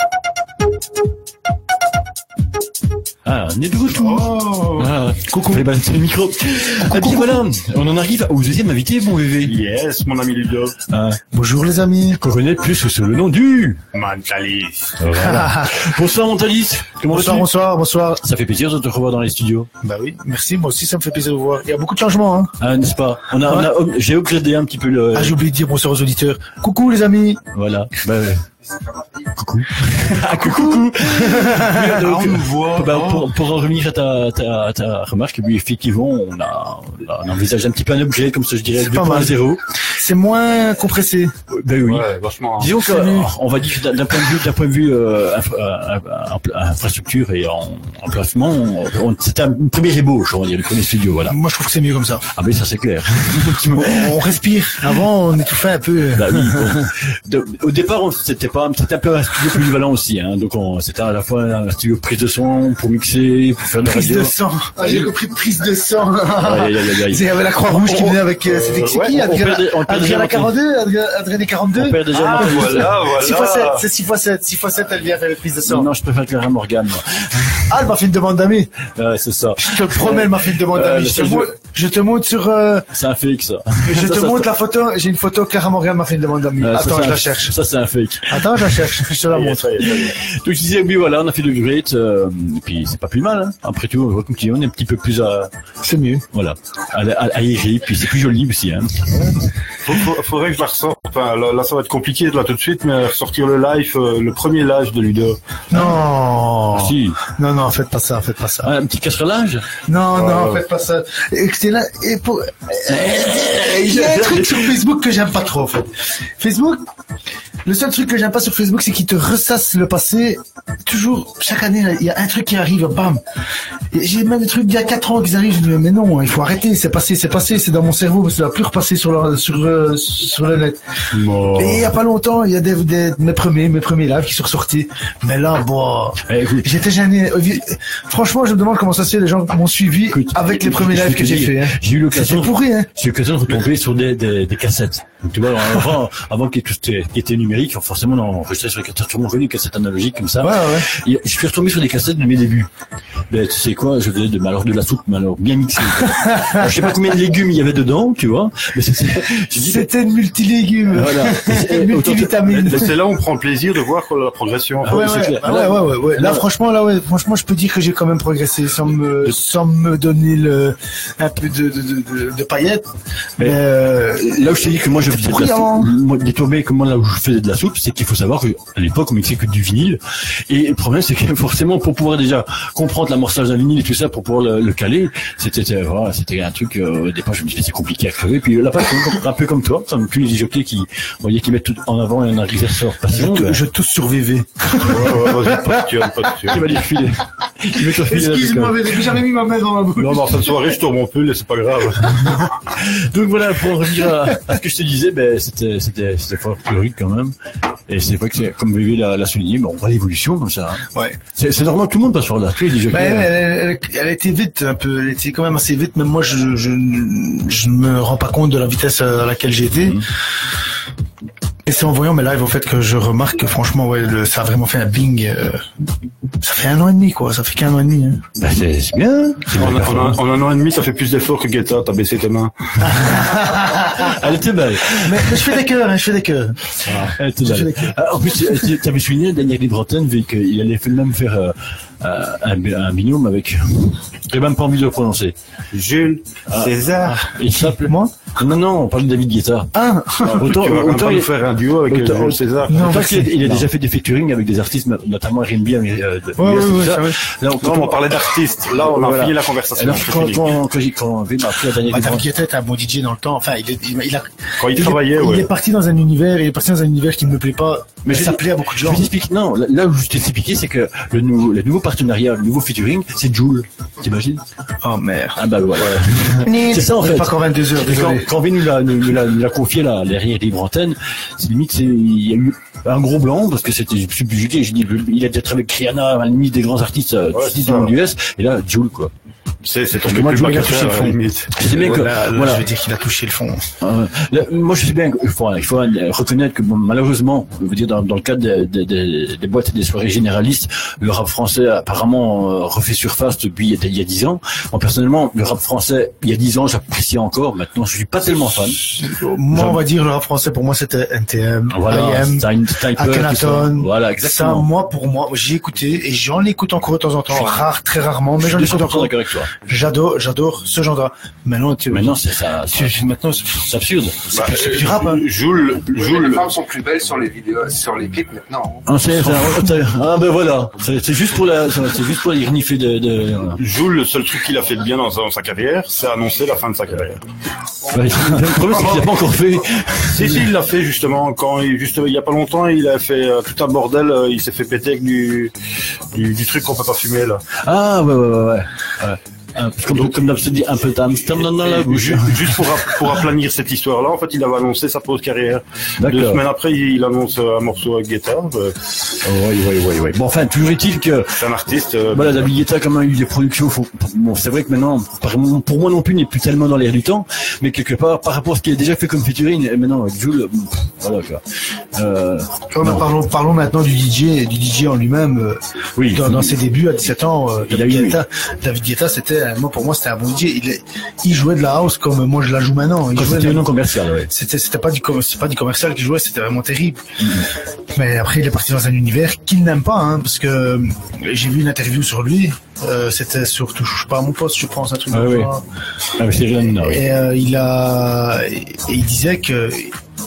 Ah, on est de retour. Ah, coucou. Fallait balancer le micro. Ah bien voilà, on en arrive au deuxième invité, mon bébé. Yes, mon ami Ludo. Ah, Bonjour les amis. qu'on connaît plus sous le nom du... Mantalis. Voilà. Bonsoir Montalis. Comment Bonsoir, vas-tu? bonsoir, bonsoir. Ça fait plaisir de te revoir dans les studios. Bah oui, merci, moi aussi ça me fait plaisir de vous voir. Il y a beaucoup de changements, hein. Ah, n'est-ce pas? On a, on a, j'ai upgradé un petit peu le... Ah, j'ai oublié de dire bonsoir aux auditeurs. Coucou les amis. Voilà. Bah, ouais. Coucou. Ah, coucou. Ah, on nous voit. Bah, pour, pour en revenir à ta, ta, ta remarque, oui, effectivement, on a, on envisage un petit peu un upgrade, comme ça, je dirais, pas deux point mal. zéro. C'est moins compressé. Ben oui. Ouais, vachement. Disons que, euh, on va dire que d'un point de vue, d'un point de vue euh, infra- euh, euh, infrastructure et en emplacement, on- c'était une première ébauche, on va dire, le premier studio, voilà. Moi je trouve que c'est mieux comme ça. Ah ben ça c'est clair. On, on respire. Avant on étouffait un peu. Bah oui, bon. De- au départ, on- c'était pas, c'était un peu un studio polyvalent aussi, hein. Donc on, c'était à la fois un studio prise de son pour mixer, pour faire de la Prise radio. de sang. Ah, j'ai compris prise de sang. Aïe, aïe, aïe, aïe. Il y avait la Croix-Rouge qui venait avec... euh, C'était c'est Ouais, qui on Adrien perd des- on perd déjà Adrien la notre- quarante-deux Adrien Adrien les quarante-deux On perd déjà Ah, notre- voilà, six fois sept, voilà. c'est six fois sept. six fois sept, elle vient faire les prises de Non, sang. non, je préfère Clara Morgan, moi. Ah, elle m'a fait une demande d'amis. Ouais, c'est ça. Je te promets, elle m'a fait une demande Euh, d'amis. le Je te seul montre- je te montre sur... euh, C'est un fake, ça. Je Ça, te ça, montre ça- la photo. J'ai une photo, Clara Morgan m'a fait une demande d'amis. Ouais, ça, Attends, c'est je un- la cherche. Ça, c'est un fake. Attends, je la cherche. Je te la montre. Ça y est, ça y est. Donc, je disais, oui, voilà, on a fait le great, euh, et puis c'est pas plus mal, hein. Après tout, on voit comme tu dis, on est un petit peu plus à, C'est mieux. voilà, à, à, aéré, puis c'est plus joli aussi, hein. Faut- faut- Faudrait que je la ressorte. Enfin, là, là, là, ça va être compliqué là tout de suite, mais sortir le live, euh, le premier live de Ludo. Non. Ah, si. Non, non, faites pas ça, faites pas ça. Ah, un petit casserolage. Non, Ouais, non, ouais. faites pas ça. Écoutez là, et pour... il y a un truc sur Facebook que j'aime pas trop, en fait. Facebook, le seul truc que j'aime pas sur Facebook, c'est qu'il te ressasse le passé. Toujours, chaque année, il y a un truc qui arrive, bam. Et j'ai même des trucs d'il y a quatre ans qui arrivent, je dis, mais non, il faut arrêter, c'est passé, c'est passé, c'est dans mon cerveau, mais ça va plus repasser sur le, sur le, sur le net. Bon. Et il y a pas longtemps, il y a des, des, mes premiers, mes premiers lives qui sont ressortis. Mais là, bon, Eh, écoute, j'étais gêné. Franchement, je me demande comment ça se fait, les gens m'ont suivi écoute, avec les premiers je vais lives te que j'ai dire, fait, hein. J'ai eu l'occasion. C'était pourri, hein. J'ai eu l'occasion de retomber sur des, des, des cassettes. Donc, tu vois, avant, avant qu'il y ait tout ce qui était numérique, forcément, on enregistrait sur les cassettes, sûrement connu, des cassettes analogiques comme ça. Ouais, ouais. Et je suis retombé sur des cassettes de mes débuts. Ben, tu sais quoi, je faisais de, alors de la soupe, mais alors bien mixée. Alors, je sais pas combien de légumes il y avait dedans, tu vois, mais c'était, j'ai dit, C'était une multilégume. voilà. Multivitamine. Mais c'est là où on prend le plaisir de voir la progression. Ah Ouais, c'est ouais, clair. ah ouais, ouais, ouais, ouais. Là, Là- franchement, là, ouais, franchement, je peux dire que j'ai quand même progressé sans me, sans me donner le, un peu de, de, de, de, de paillettes. Mais- Mais, euh, Là où je t'ai dit que moi je faisais de la bruyant. soupe, moi, détourner comment là où je faisais de la soupe, c'est qu'il faut savoir qu'à l'époque on mixait que du vinyle. Et le problème c'est que forcément pour pouvoir déjà comprendre l'amorçage d'un vinyle et tout ça, pour pouvoir le, le caler, c'était euh, voilà, c'était un truc, euh, au départ je me disais c'est compliqué à crever. Puis là, un peu comme toi, ça me plus les jockeys qui, vous voyez, qui mettent tout en avant et un arrière sur je, passion. tou- ben, je tousse sur V V. Ouais, ouais, vas-y, posture, posture. qui va dire filer. Il met ton filet là, Excuse-moi, V V, j'ai jamais mis ma main dans ma bouche. Non, mais en fin de soirée, je tourne mon pull et c'est pas grave. Donc voilà, pour en revenir à, à ce que je te disais, ben c'était c'était c'était fort folklorique quand même. Et c'est vrai que c'est, comme Vivi l'a, l'a souligné, ben, on voit l'évolution comme ça. Hein. Ouais. C'est, c'est normal que tout le monde passe par là. Tu sais, les jockeys, Ouais, hein. elle, elle, elle a été vite un peu, elle était quand même assez vite, même moi je je je ne me rends pas compte de la vitesse à laquelle j'ai été. Mhm. Et c'est en voyant mes lives en fait que je remarque que franchement ouais le, ça a vraiment fait un bing. Euh, ça fait un an et demi quoi, ça fait qu'un an et demi. Hein. Ben, c'est, c'est bien. C'est En, bien en, un- en un an et demi, ça fait plus d'efforts que Guetta, t'as baissé tes mains. Elle était belle. Mais, mais je fais des cœurs, hein, je fais des cœurs. Elle était Je belle. fais des- Ah, en plus, tu tu avais souligné Daniel Libranten, vu qu'il allait fait même faire euh, euh, un, un binôme avec. J'ai même pas envie de le prononcer. Jules, César. Il s'appelle. Moi Non, non, on parle de David Guetta. Ah Autant, Tu vas quand même autant pas il, nous faire un duo avec autant- Jules César. Non, autant mais qu'il a, c'est- il a non. déjà fait des featuring avec des artistes, notamment R and B, euh, de Ouais, U S et ouais, tout ouais, ça. ça, ouais. Là, Non, on parlait d'artistes. Là, on a Voilà. fini la conversation. Alors, c'est quand, fini. quand, quand j'ai, quand Vivi m'a appris à Daniel Bah, David Libranten. Guetta était un bon D J dans le temps. Enfin, il, est, il, il a. Quand il est- travaillait, il ouais. est parti dans un univers, il est parti dans un univers qui ne me plaît pas. Mais Mais je ça dis- plaît à beaucoup de Je gens. vais t'expliquer, non, là, là où je t'ai expliqué, c'est que le nouveau, le nouveau partenariat, le nouveau featuring, c'est Joule. T'imagines? Oh merde. Ah, bah, voilà. C'est ça, en On est fait. pas encore vingt-deux heures, Et quand, désolé. quand Vin nous l'a, nous, nous l'a, nous l'a confié là, derrière libre antenne, c'est limite, c'est, il y a eu un gros blanc parce que c'était subjugué. J'ai dit, il a déjà travaillé avec Rihanna, à la limite des grands artistes, euh, Ouais, artistes c'est du ça. monde U S, et là, Joule, quoi. C'est, c'est ton Parce que moi, plus Joule, bas il a qu'à touché faire, le à fond. la limite. Je sais bien que, Là, là, voilà. je veux dire qu'il a touché le fond. Euh, là, moi, je sais bien qu'il faut, il faut euh, reconnaître que bon, malheureusement, je veux dire dans, dans le cadre des, des, des, des boîtes et des soirées généralistes, le rap français a apparemment euh, refait surface depuis il y a- il y a dix ans. Moi personnellement, le rap français il y a dix ans, j'appréciais encore. Maintenant, je suis pas tellement fan. Moi, Genre- on va dire le rap français pour moi c'était N T M, Voilà, I M, Stein- Sniper, tout ça. Akhenaton. Voilà, Ça, exactement. moi, pour moi, j'ai écouté et j'en écoute encore de temps en temps, rare, très rarement, mais Je j'en suis écoute deux cents pour cent encore. d'accord avec toi. J'adore, j'adore ce genre-là. Maintenant, tu, Maintenant, c'est ça. tu- c'est- maintenant, C'est absurde. Bah, c'est du rap, hein. Joule, Les Joule, femmes sont plus belles sur les vidéos, sur les clips maintenant. Ah, c'est- c'est- ah ben voilà, c'est c'est juste pour la, c'est juste pour les renifler de. de voilà. Joule, le seul truc qu'il a fait de bien dans sa, dans sa carrière, c'est annoncer la fin de sa carrière. Ouais, le problème c'est qu'il l'a pas encore fait. Si, si, il l'a fait justement. Quand il, juste, il y a pas longtemps, il a fait euh, tout un bordel. euh, il s'est fait péter avec du, du, du truc qu'on peut pas fumer là. Ah ouais ouais ouais ouais. ouais. Un- comme comme d'hab se dit un peu d'Amsterdam dans la Et bouche. ju- juste pour, ap- pour aplanir cette histoire-là, en fait, il avait annoncé sa pause carrière. Deux D'accord. semaines après, il, il annonce euh, un morceau avec Guetta. euh, Oui oui oui oui. Bon enfin toujours est-il que C'est un artiste. euh, voilà, David Guetta, comme a eu des productions, faut, bon, c'est vrai que maintenant, par- pour moi non plus, il n'est plus tellement dans l'air du temps, mais quelque part, par rapport à ce qu'il a déjà fait comme featuring, et maintenant, avec Joule, bon, voilà, quoi. Euh, Oh, mais non. parlons, parlons maintenant du D J, et du D J en lui-même. euh, Oui. Dans, dans ses débuts à dix-sept ans, euh, Il David a eu- Guetta, David Guetta, c'était, euh, moi, pour moi, c'était un bon D J. Il, est- il jouait de la house comme moi je la joue maintenant. Il Quand jouait c'était de- non commercial, ouais. C'était, c'était pas du, com- c'est pas du commercial qu'il jouait, c'était vraiment terrible. Mm-hmm. Mais après, il est parti dans un univers qu'il n'aime pas, hein, parce que euh, j'ai vu une interview sur lui. Euh, c'était sur Touche pas à mon poste, je pense, un truc Ah comme oui. ça. Ah, mais c'est rien, non, oui. Et euh, il a, et, et il disait que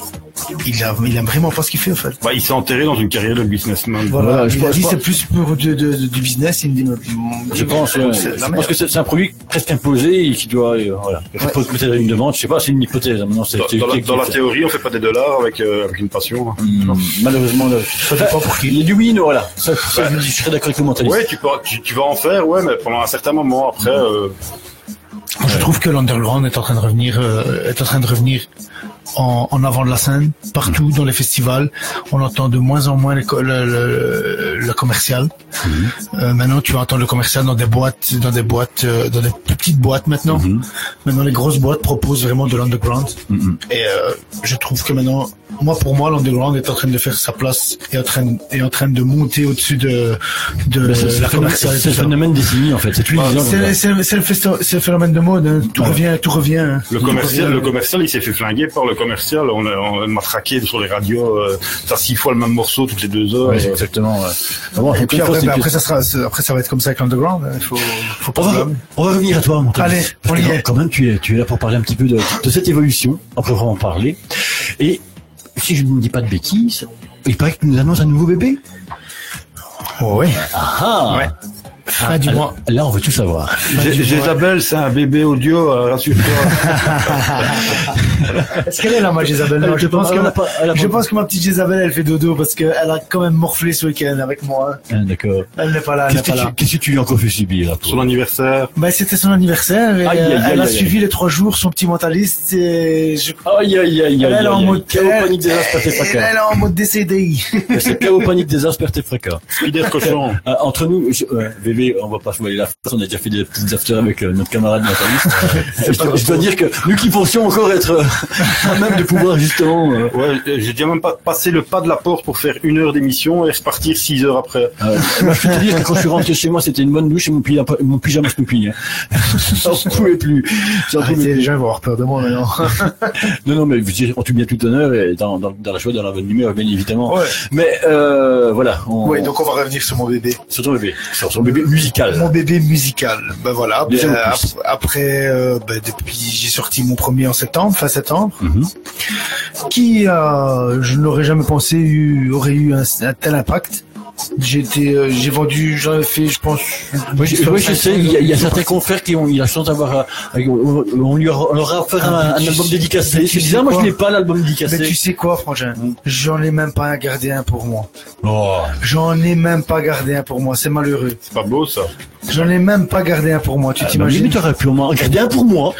il a, il aime vraiment pas ce qu'il fait, en fait. Bah, il s'est enterré dans une carrière de businessman. Voilà, Voilà, je il a pense dit pas- c'est plus pour de, de, de- du business, il me dit, Je pense, ouais, c'est de la je pense merde. que c'est c'est un produit presque imposé et qui doit, euh, voilà. Il faut peut-être une demande, je sais pas, c'est une hypothèse. hein, Maintenant, c'est, Dans, c'est- dans la, c'est- dans la c'est- théorie, on fait pas des dollars avec, euh, avec une passion. hein. Hum, malheureusement, là, Ça dépend pour qui. il y a du oui, non, voilà. Ça, ça, je serais d'accord avec le mentaliste. Ouais, tu, peux, tu, tu vas en faire, ouais, mais pendant un certain moment. Après, euh, Moi, je trouve que l'underground est en train de revenir, euh, est en train de revenir en, en avant de la scène, partout dans les festivals. On entend de moins en moins les co- le, le, le commercial. Euh, maintenant, tu vas entendre le commercial dans des boîtes, dans des boîtes, euh, dans des plus petites boîtes maintenant. Maintenant, les grosses boîtes proposent vraiment de l'underground. Et euh, je trouve que maintenant, moi, pour moi, l'underground est en train de faire sa place et en train, est en train de monter au-dessus de, de Ben, c'est, c'est la le phénomène- commerciale. et c'est le tout ça. phénomène des signes, en fait. C'est tous les dix ans, C'est, donc, c'est, c'est le, festo- c'est le phénomène de mode, hein. Tout Ouais. revient, tout revient. hein. le Tout commercial, revient. le commercial, il s'est fait flinguer par le commercial. On, a- on m'a traqué sur les radios. Euh, t'as six fois le même morceau toutes les deux heures. ouais, Euh, exactement, ouais. Ah bon, Et donc, puis une fois, après, c'est ben, que- après, ça sera, c'est- après, ça va être comme ça avec l'underground. hein. Il faut, faut pas On se va, blâmer. on va revenir à toi, mon Allez, on y est. Quand même, tu es, tu es là pour parler un petit peu de, de cette évolution. On peut vraiment parler. Et, si je ne dis pas de bêtises, il paraît que tu nous annonces un nouveau bébé. Oh, oui. Ah! Ouais. Fin Ah, du là, mois. là, on veut tout savoir. J'ai- Jésabelle, c'est un bébé audio, euh, rassure-toi. Est-ce qu'elle est là, ma Jésabelle? Non, je pense que, Elle a pas- elle a je pas- pense que ma petite Jésabelle, elle fait dodo parce qu'elle a quand même morflé ce week-end avec moi. Ah, d'accord. Elle n'est pas là, elle n'est Qu'est-ce que, pas tu, là. qu'est-ce que tu lui as encore fait subir, là? pour- Son anniversaire. Ben, c'était son anniversaire et Aïe, aïe, euh, aïe, elle a aïe, suivi les trois jours son petit mentaliste et je Aïe, aïe, aïe, aïe, Elle est aïe, en aïe. mode- Chaos, panique, désastre, perte et et elle fracas. est en mode D C D I. C'est chaos, panique, désastre, perte et fracas. Spider cochon. Euh, entre nous, je, ouais, bébé, on va pas se voiler la face, on a déjà fait des petites afters avec euh, notre camarade mentaliste. je, dois- je dois dire que nous qui pensions encore être euh, à même de pouvoir justement... euh, Ouais, j'ai déjà même pas passé le pas de la porte pour faire une heure d'émission et repartir six heures après. euh, moi, je peux te dire que quand je suis rentré chez moi, c'était une bonne douche et mon pyjama, mon pyjama Snoopy. Hein. J'en pouvais plus. J'en pouvais Arrêtez, les plus. gens vont avoir peur de moi maintenant. Non, non, mais je dirais, on tue bien tout honneur et dans, dans, dans la joie, dans la bonne humeur, bien évidemment. Ouais. Mais euh, voilà. On, Oui, donc on va revenir sur mon bébé. sur ton bébé, sur son bébé musical. Mon bébé musical. Ben voilà. Deuxième Ben, opus. ap- après, euh, ben, depuis, j'ai sorti mon premier en septembre, fin septembre, Mhm. qui, euh, je n'aurais jamais pensé, eu, aurait eu un, un tel impact. J'ai été, euh, j'ai vendu, j'en ai fait, je pense. Moi, je, oui, je sais, il y a, il y a certains confrères qui ont eu la chance d'avoir, euh, on, on lui aura, on leur a offert un, un Tu album sais- dédicacé. tu Je sais disais, ah, moi, je quoi n'ai pas l'album Mais dédicacé. tu sais quoi, Frangin? J'en ai même pas gardé un pour moi. Oh. J'en ai même pas gardé un pour moi. C'est malheureux. C'est pas beau, ça. J'en ai même pas gardé un pour moi. Tu Ah, bah, t'imagines? limite, t'aurais pu au moins regarder un pour moi.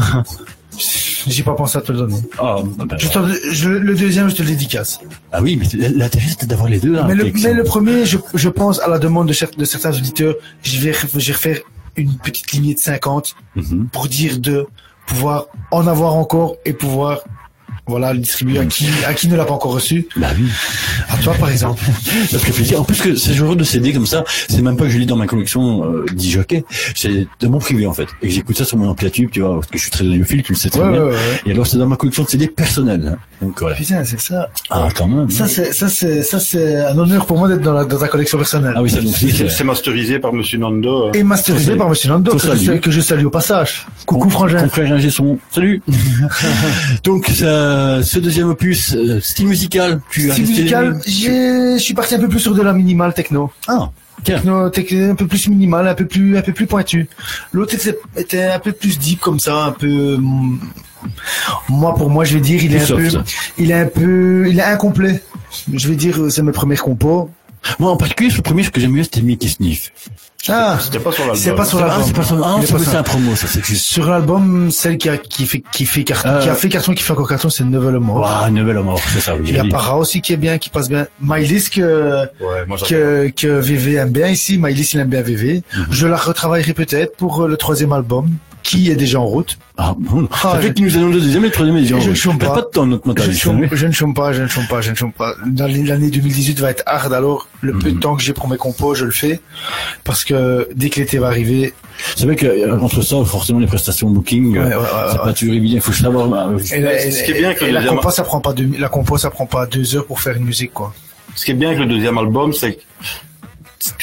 J'ai pas pensé à te le donner. Ah, bah, Je t'en- je- le deuxième, je te le dédicace. ah oui, mais l'intérêt, c'était d'avoir les deux, là. Mais le, avec mais ça. le premier, je, je pense à la demande de, cer- de certains auditeurs, je vais, je vais refaire une petite lignée de cinquante Mhm. pour dire de pouvoir en avoir encore et pouvoir, voilà, le distribuer à qui, à qui ne l'a pas encore reçu. Bah oui. À toi, par exemple. Ça fait plaisir. En plus que ces genres de C D comme ça, c'est même pas que je lis dans ma collection euh, d'e-jockey, c'est de mon privé en fait. Et que j'écoute ça sur mon ampliature, tu vois, parce que je suis très audiophile, tu le sais très Ouais, bien. ouais, ouais. Et alors c'est dans ma collection de C D personnelle. Hein. Donc voilà. Putain, c'est ça. Ah quand même. Ça, c'est, ça, c'est, ça, c'est un honneur pour moi d'être dans, la, dans ta collection personnelle. Ah oui, ça donc C'est c'est c'est masterisé par Monsieur Nando. euh. Et masterisé Faut par Monsieur Nando, faut que, je saluer. salue- que je salue au passage. Coucou, Frangin. Confrère Ingé son. Salut. Donc ça, ce deuxième opus, euh, style musical, tu as Style resté- musical, j'ai, je suis parti un peu plus sur de la minimale techno. Ah, tiens. Techno, techno, un peu plus minimal, un peu plus, un peu plus pointu. L'autre était, était un peu plus deep comme ça, un peu. hum, Moi, pour moi, je vais dire, il est Plus un peu, soft. il est un peu, il est incomplet. Je vais dire, c'est mes premiers compos. Moi en particulier, ce premier, ce que j'aime mieux, c'était Mickey Sniff. Ah, C'était pas sur l'album. c'est pas sur Ah, l'album. c'est pas son, ah, Il est c'est pas c'est sur- un promo, ça, c'est juste. Sur l'album, celle qui a, qui fait, qui fait carton, Euh. qui a fait carton, qui fait encore carton, c'est Nouvelle Mort. Waouh, nouvelle mort, c'est ça, oui. Il y a Para aussi qui est bien, qui passe bien. Mylis que, Ouais, moi j'adore. que, que V V aime bien ici. Mylis, il aime bien V V. Je la retravaillerai peut-être pour euh, le troisième album, qui est déjà en route. Ah bon. Ah, ça fait je- qu'il nous annonce le deuxième et le troisième édition. je ne chôme Perds pas. pas de temps, notre Je ne, mentaliste. chôme, hein, oui. je ne chôme pas, je ne chôme pas, je ne chôme pas. Dans l'année deux mille dix-huit va être hard, alors le peu de temps que j'ai pour mes compos, je le fais. Parce que dès que l'été va arriver, C'est vrai que euh, entre ça, forcément, les prestations booking, Ouais, euh, ouais, ouais, c'est ouais. pas toujours évident. Il faut savoir. euh, et la, et- Ce qui est bien que et le la deuxième- compo, ça prend pas deux, la compo, ça prend pas deux heures pour faire une musique, quoi. Ce qui est bien avec le deuxième album, c'est que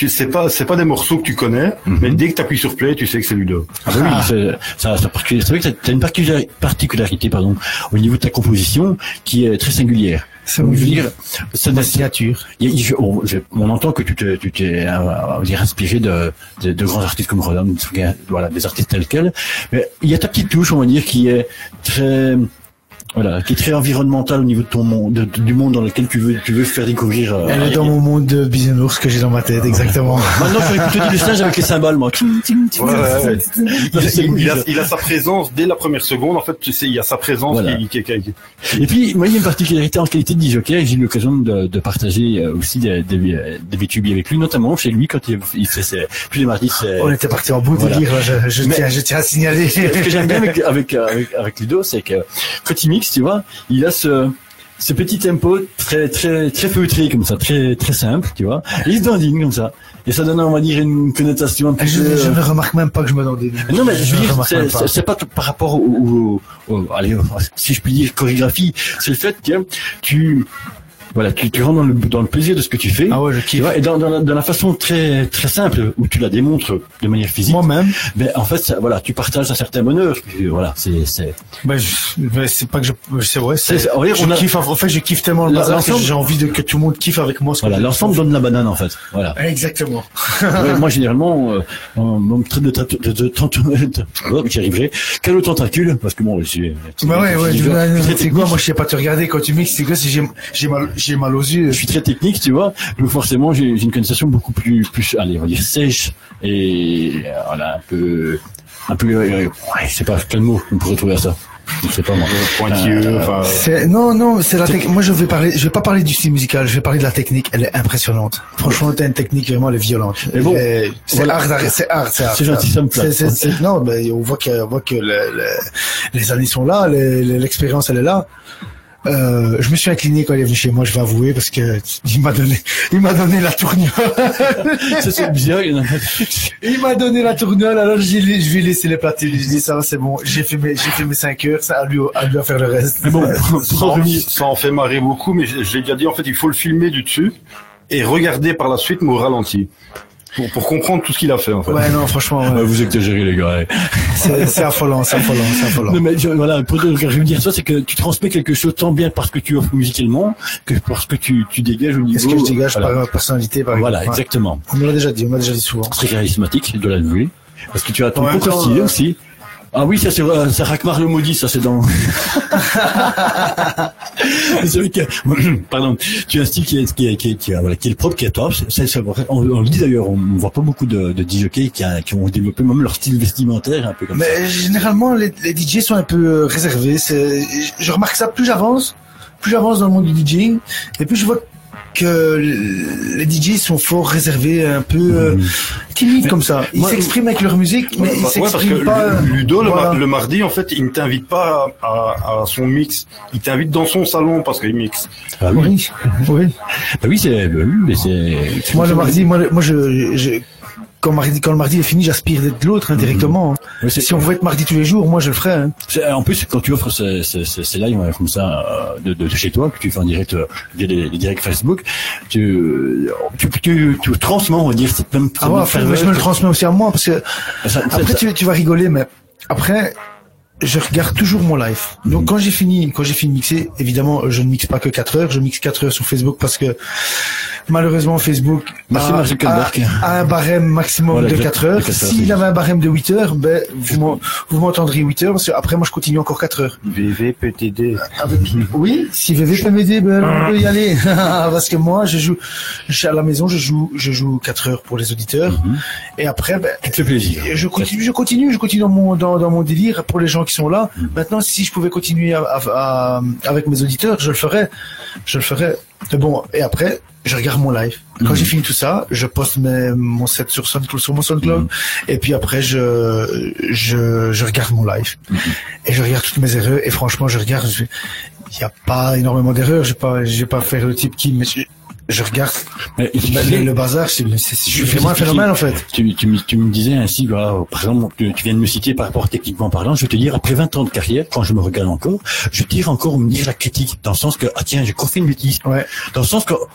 tu sais pas, c'est pas des morceaux que tu connais, mm-hmm. mais dès que tu appuies sur play, tu sais que c'est Ludo. Ah bah oui, c'est, ça, ça, c'est vrai que t'as une particularité, pardon, au niveau de ta composition qui est très singulière. C'est je veux dire, c'est ma signature. On, on entend que tu t'es, tu t'es, euh, dire, inspiré de, de, de grands artistes comme Roland, voilà, des artistes tels quels. Mais il y a ta petite touche, on va dire, qui est très, voilà, qui est très environnemental au niveau de ton monde, de, du monde dans lequel tu veux, tu veux faire découvrir. Euh, Elle est dans mon monde de bisounours que j'ai dans ma tête, exactement. Maintenant, j'aurais plutôt dit le singe avec les cymbales, moi. Ouais, ouais, ouais. Il, il, a, il a sa présence dès la première seconde. En fait, tu sais, il y a sa présence voilà. qui, qui, qui, qui. Et puis, moi, il y a une particularité en qualité de disjockey. J'ai eu l'occasion de, de partager aussi des, des, des V T U B avec lui, notamment chez lui quand il, il fait ses, tous les mardis. Ses... On était parti en bout de voilà. dire, je, je, Mais, tiens, je tiens à signaler. Ce que j'aime bien avec, avec, avec, avec Ludo, c'est que quand il mixe, tu vois, il a ce, ce petit tempo très, très, très feutré comme ça, très, très simple, tu vois. Et il se dandine comme ça. Et ça donne, on va dire, une connotation un peu. Je, je ne remarque même pas que je me dandine. Non, mais je veux dire, c'est, c'est, c'est pas par rapport au, au, au, allez, si je puis dire, chorégraphie. C'est le fait que tu, voilà, tu, tu rentres dans le, dans le plaisir de ce que tu fais. Ah ouais, je kiffe. Tu vois, et dans, dans, la, dans la façon très, très simple où tu la démontres de manière physique. Moi-même. Mais en fait, ça, voilà, tu partages un certain bonheur. Voilà, c'est, c'est. Ben, je, ben, c'est pas que je, c'est vrai. C'est, c'est, c'est je on a, kiffe, en fait, je kiffe tellement le bazar que j'ai envie de, que tout le monde kiffe avec moi. Voilà, l'ensemble donne la banane, en fait. Voilà. Exactement. Ouais, moi, généralement, euh, on me traite de, de, de, de, de, oh, j'y arriverai. Quel autre tentacule? Parce que bon, je suis, bah ouais, ouais, c'est quoi? Moi, je sais pas te regarder quand tu mixes, c'est quoi? Si j'ai, j'ai mal, j'ai mal aux yeux. Je suis très technique, tu vois. Donc forcément, j'ai, j'ai une connotation beaucoup plus, plus, allez, on va dire sèche et euh, voilà, un peu, un peu, euh, ouais, je sais pas quel mot on pourrait trouver à ça. Je sais pas moi. Pointilleux. Euh, enfin. C'est, non, non, c'est la technique. Moi, je vais parler, je vais pas parler du style musical. Je vais parler de la technique. Elle est impressionnante. Franchement, t'as une technique vraiment, elle est violente. Mais bon, et c'est voilà. hard, c'est hard, c'est hard. C'est gentil, ça me plaît. C'est, c'est, c'est, non, mais on voit que, on voit que le, le, les années sont là, les, l'expérience, elle est là. Euh, je me suis incliné quand il est venu chez moi, je vais avouer, parce que il m'a donné, il m'a donné la tournure. Ça c'est bien. Il m'a donné la tournure, alors j'ai, je vais laisser les platines. Je dis ça, c'est bon. J'ai fait mes, j'ai fait mes cinq heures, ça à lui, à lui à faire le reste. Mais bon, ça, ça en fait marrer beaucoup, mais je, je l'ai déjà dit, en fait, il faut le filmer du dessus et regarder par la suite, mais au ralenti. Pour, pour comprendre tout ce qu'il a fait, en fait. Ouais, non, franchement, ouais. Vous exagérez, les gars. C'est, c'est affolant, c'est affolant, c'est affolant. Non, mais, je, voilà, pour dire, je veux dire ça, c'est que tu transmets quelque chose tant bien parce que tu offres musicalement, que parce que tu, tu dégages au niveau. Est-ce que je dégage voilà. par personnalité, par exemple? Voilà, exactement. On me l'a déjà dit, on m'a déjà dit souvent. Très charismatique, de l'avouer. Parce que tu as ton ouais, propre style aussi. Ah oui, ça c'est euh, ça Rakmar le maudit, ça c'est dans. C'est vrai que, pardon, tu as un style qui est qui est qui est, qui est, voilà, qui est le propre, qui est top. C'est, c'est, on, on le dit d'ailleurs, on ne voit pas beaucoup de, de D J qui, a, qui ont développé même leur style vestimentaire un peu comme mais ça. Mais généralement les, les D J sont un peu réservés. C'est, je remarque ça plus j'avance, plus j'avance dans le monde du DJing, et plus je vois que les D J sont fort réservés, un peu euh, timides comme ça. Ils moi, s'expriment avec leur musique, mais ouais, ils s'expriment ouais, pas. Ludo, voilà. le, le mardi, en fait, il ne t'invite pas à, à, à son mix. Il t'invite dans son salon parce qu'il mixe. Ah oui, oui. Bah oui, c'est, bah oui, mais c'est. Moi le mardi, moi, moi je. je Quand, mardi, quand le mardi est fini, j'aspire d'être l'autre indirectement. Mmh. Oui, si on pouvait être mardi tous les jours, moi je le ferais. Hein. En plus, quand tu offres ces, ces, ces lives comme ça de, de chez toi, que tu fais en direct via les, les directs Facebook, tu, tu, tu, tu transmets, on va dire, cette même. Ah ouais, enfin, je me le transmets aussi à moi parce que ça, après ça, tu, tu vas rigoler, mais après. Je regarde toujours mon live. Donc, mmh. quand j'ai fini, quand j'ai fini de mixer, évidemment, je ne mixe pas que quatre heures, je mixe quatre heures sur Facebook parce que, malheureusement, Facebook a, a, a un barème maximum voilà, de quatre heures. S'il avait un barème de huit heures, ben, vous, vous m'entendriez huit heures parce que après, moi, je continue encore quatre heures. V V peut t'aider. Avec, oui, si V V peut m'aider, ben, on peut y aller. Parce que moi, je joue, je suis à la maison, je joue, je joue quatre heures pour les auditeurs. Mmh. Et après, ben, tu te fais plaisir. Je continue, je continue, je continue dans mon, dans, dans mon délire pour les gens qui sont là. Mmh. Maintenant, si je pouvais continuer à, à, à, avec mes auditeurs, je le ferais. Je le ferais. Mais bon, et après, je regarde mon live. Quand mmh. j'ai fini tout ça, je poste mes, mon set sur SoundCloud, sur mon SoundCloud. Mmh. Et puis après, je, je, je regarde mon live. Mmh. Et je regarde toutes mes erreurs. Et franchement, je regarde, il n'y a pas énormément d'erreurs. J'ai pas, j'ai pas fait le type qui, mais je, je regarde. Mais, le, le bazar, c'est, c'est, c'est vraiment un phénomène, en fait. Tu, tu, tu me disais ainsi, voilà, par exemple, tu, tu viens de me citer par rapport techniquement parlant, je vais te dire, après vingt ans de carrière, quand je me regarde encore, je tire encore me dire la critique, dans le sens que, ah tiens, j'ai coffé une bêtise. Ouais. Dans le sens que,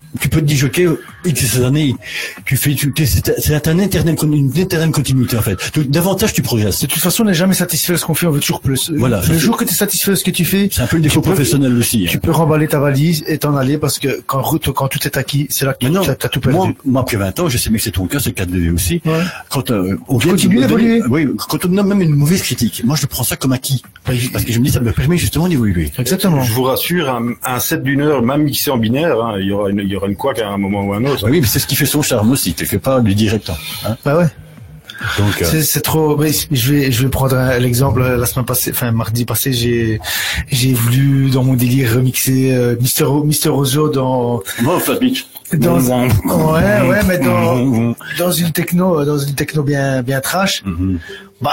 tu peux te disjoquer X ces années, tu fais, tu, t'es, c'est, c'est un éternel, une éternelle continuité en fait. Donc, davantage tu progresses. De toute façon, on n'est jamais satisfait de ce qu'on fait, on veut toujours plus. Voilà. Le jour que tu es satisfait de ce que tu fais, c'est un peu le défaut professionnel aussi. Tu hein. peux remballer ta valise et t'en aller parce que quand, quand tout est acquis, c'est là que tu as tout perdu. Moi, moi, après vingt ans, je sais bien que c'est ton cas, c'est le cas de Lévi aussi. Ouais. Quand euh, on vient continue d'évoluer. Oui, quand on a même une mauvaise critique, moi je prends ça comme acquis. Parce que je me dis, ça me permet justement d'évoluer. Exactement. Je vous rassure, un, un set d'une heure, même mixé en binaire, hein, il y aura une, il y aura une couac à un moment ou à un autre. Bah oui, mais c'est ce qui fait son charme aussi, quelque part, du direct. Hein. Bah ouais. Donc, euh... c'est, c'est trop. Mais je vais, je vais prendre un, l'exemple. La semaine passée, enfin mardi passé, j'ai, j'ai voulu dans mon délire remixer euh, Mister O, Mister Ozo dans. Oh, Fast Beach. Dans, ouais, ouais, mais dans, dans une techno, dans une techno bien, bien trash. Mm-hmm. Bah,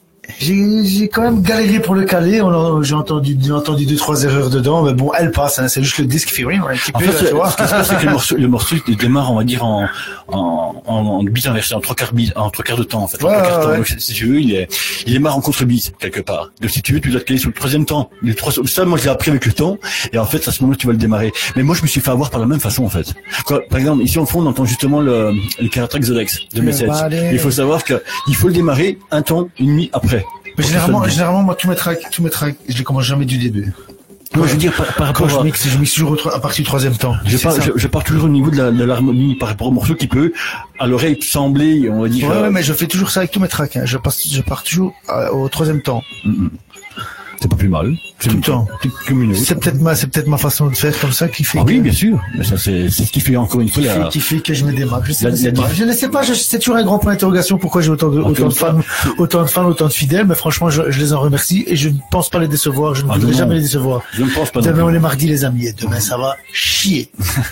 j'ai, j'ai quand même galéré pour le caler. On a, j'ai entendu, j'ai entendu deux, trois erreurs dedans, mais bon, elle passe, hein, c'est juste le disque qui fait rien, un petit en peu, fait, là, c'est, tu vois. Ce qui se passe, c'est que le morceau, le morceau, il démarre, on va dire, en, en, en, en beat inversé, en trois quarts beat, en trois quarts de temps, en fait. Ouais, en trois ouais, ouais. Donc, si tu veux, il est, il démarre en contre-beat, quelque part. Donc, si tu veux, tu dois te caler sur le troisième temps. Les trois, ça, moi, je l'ai appris avec le temps. Et en fait, à ce moment-là, tu vas le démarrer. Mais moi, je me suis fait avoir par la même façon, en fait. Quand, par exemple, ici, en fond, on entend justement le, le Caratrax Zolex de Message. Il faut savoir que, il faut le démarrer un temps, une nuit après. Mais généralement, généralement, moi, tous mes tracks, tous mes tracks, je les commence jamais du début. Moi, je veux dire, par, par rapport Quand à... je mixe, je mixe toujours à partir du troisième temps. Je pars, je, je pars toujours au niveau de, la, de l'harmonie par rapport au morceau qui peut, à l'oreille, sembler, on va dire... Ouais, euh... ouais, mais je fais toujours ça avec tous mes tracks, hein. Je passe, je pars toujours euh, au troisième temps. Mm-hmm. C'est pas plus mal. C'est tout le temps. C'est peut-être ma, c'est peut-être ma façon de faire comme ça qui fait ah que... oui, bien sûr. Mais ça, c'est, c'est ce qui fait encore une fois qui, la... fait, qui fait que je me démarque. Je, sais, la, je, sais la... pas. je ne sais pas, je, c'est toujours un grand point d'interrogation pourquoi j'ai autant de, autant de fans, autant de fans, autant de fidèles, mais franchement, je, je les en remercie et je ne pense pas les décevoir, je ne ah, voudrais jamais les décevoir. Je ne pense pas. Demain, on est mardi, les amis, et demain, ça va chier.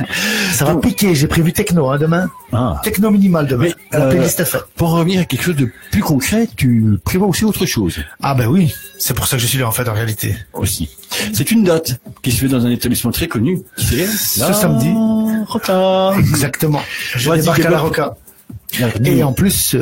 Ça va piquer, j'ai prévu techno, hein, demain. Ah. Techno minimal demain. Mais, la euh, playlist est faite. Pour revenir à quelque chose de plus concret, tu prévois aussi autre chose. Ah ben oui, c'est pour ça que je suis là, en fait, en réalité. Aussi. C'est une date qui se fait dans un établissement très connu, qui c'est ce la... samedi. Roca. Exactement. Je débarque à la Roca. Et en plus,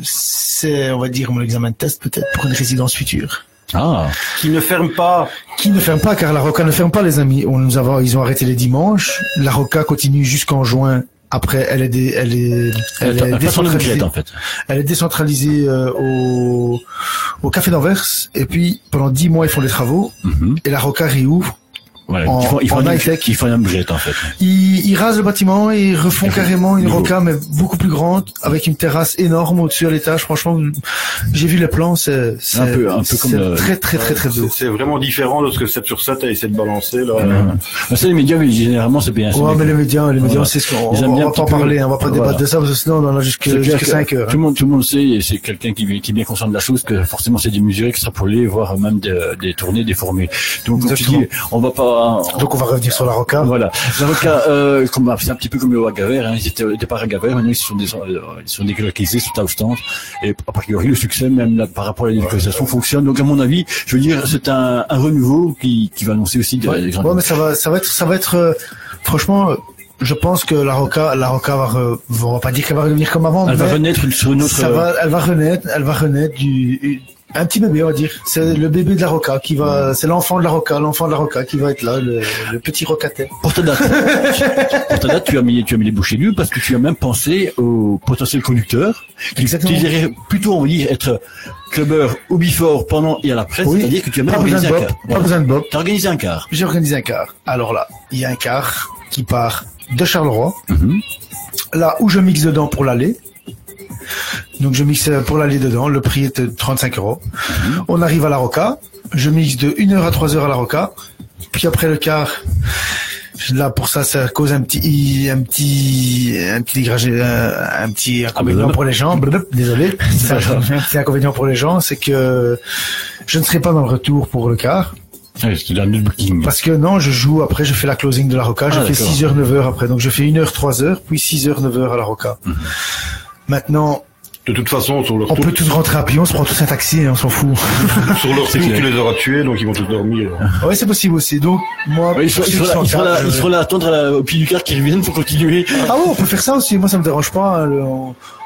c'est, on va dire, mon examen de test peut-être pour une résidence future. Ah. Qui ne ferme pas. Qui ne ferme pas, car la Roca ne ferme pas, les amis. On nous a, ils ont arrêté les dimanches. La Roca continue jusqu'en juin. Après, elle est, dé, elle est, elle, elle est décentralisée. En fait. Elle est décentralisée euh, au, au Café d'Anvers. Et puis, pendant dix mois, ils font des travaux. Mm-hmm. Et la Roca réouvre. Voilà, en, ils font, ils font en un high-tech. Ils font un budget, en fait. Ils, ils rasent le bâtiment et ils refont carrément une Roca, mais beaucoup plus grande, avec une terrasse énorme au-dessus à l'étage. Franchement, j'ai vu les plans, c'est, c'est un peu, un peu comme le... très, très, très, très beau. C'est, c'est vraiment différent de ce que sept sur sept a essayé de balancer, là. Euh, ça, les médias, généralement, c'est bien. Ouais, mais les médias, les médias, voilà. C'est ce qu'on, on, on va pas en parler, on va pas débattre de ça, parce que sinon, on en a jusque, jusque cinq heures. Tout le monde, tout le monde sait, et c'est quelqu'un qui, qui est bien conscient de la chose, que forcément, c'est démesuré, extrapolé, voire même des, des tournées, des formules. Donc, comme tu dis, on va pas, on... Donc, on va revenir sur la Roca. Voilà. La Roca, euh, comme, c'est un petit peu comme le Wagaver, hein. Ils étaient au départ à Gaver, maintenant ils sont des, euh, ils sont délocalisés sur Taustand. Et a priori, le succès, même là, par rapport à la délocalisation, ouais, fonctionne. Donc, à mon avis, je veux dire, c'est un, un renouveau qui, qui va annoncer aussi des, ouais, des grands. Ouais, mais ça va, ça va être, ça va être, euh, franchement, je pense que la Roca, la Roca va, re, on va pas dire qu'elle va revenir comme avant. Elle va renaître sur une autre. Ça va, elle va renaître, elle va renaître du, un petit bébé, on va dire. C'est le bébé de la Roca qui va, c'est l'enfant de la Roca, l'enfant de la Roca qui va être là, le, le petit rocatet. Pour ta date, pour ta date, tu as mis, tu as mis les bouchées nues parce que tu as même pensé au potentiel conducteur. Exactement. Tu dirais plutôt, on va dire, être clubbeur au before pendant et à la presse, oui. C'est-à-dire que tu as même pas organisé besoin un de car. Pas voilà. besoin de Bob. T'as organisé un car. J'ai organisé un car. Alors là, il y a un car qui part de Charleroi. Mm-hmm. Là où je mixe dedans pour l'aller. Donc je mixe pour l'aller dedans, le prix est de trente-cinq euros. Mmh. On arrive à la Roca, je mixe de une heure à trois heures à la Roca, puis après le car, là pour ça, ça cause un petit, un petit, un petit dégradé, un, un petit inconvénient ah, pour les gens. Désolé, c'est un petit inconvénient pour les gens, c'est que je ne serai pas dans le retour pour le car. Ouais, c'est un booking. Parce que non, je joue après, je fais la closing de la Roca, je ah, fais six heures, neuf heures après, donc je fais une heure, trois heures, puis six heures, neuf heures à la Roca. Mmh. Maintenant, de toute façon, sur leur on tour, peut tous rentrer à pied, on se prend tous un taxi et on s'en fout. Sur leur tour, tu les auras tués, donc ils vont tous dormir. Ouais, c'est possible aussi. Donc, moi, ouais, il faut, il faut, là, il faut, là, il faut là attendre à la, au pied du car qu'ils reviennent pour continuer. Ah ouais, on peut faire ça aussi. Moi, ça me dérange pas. Le, on,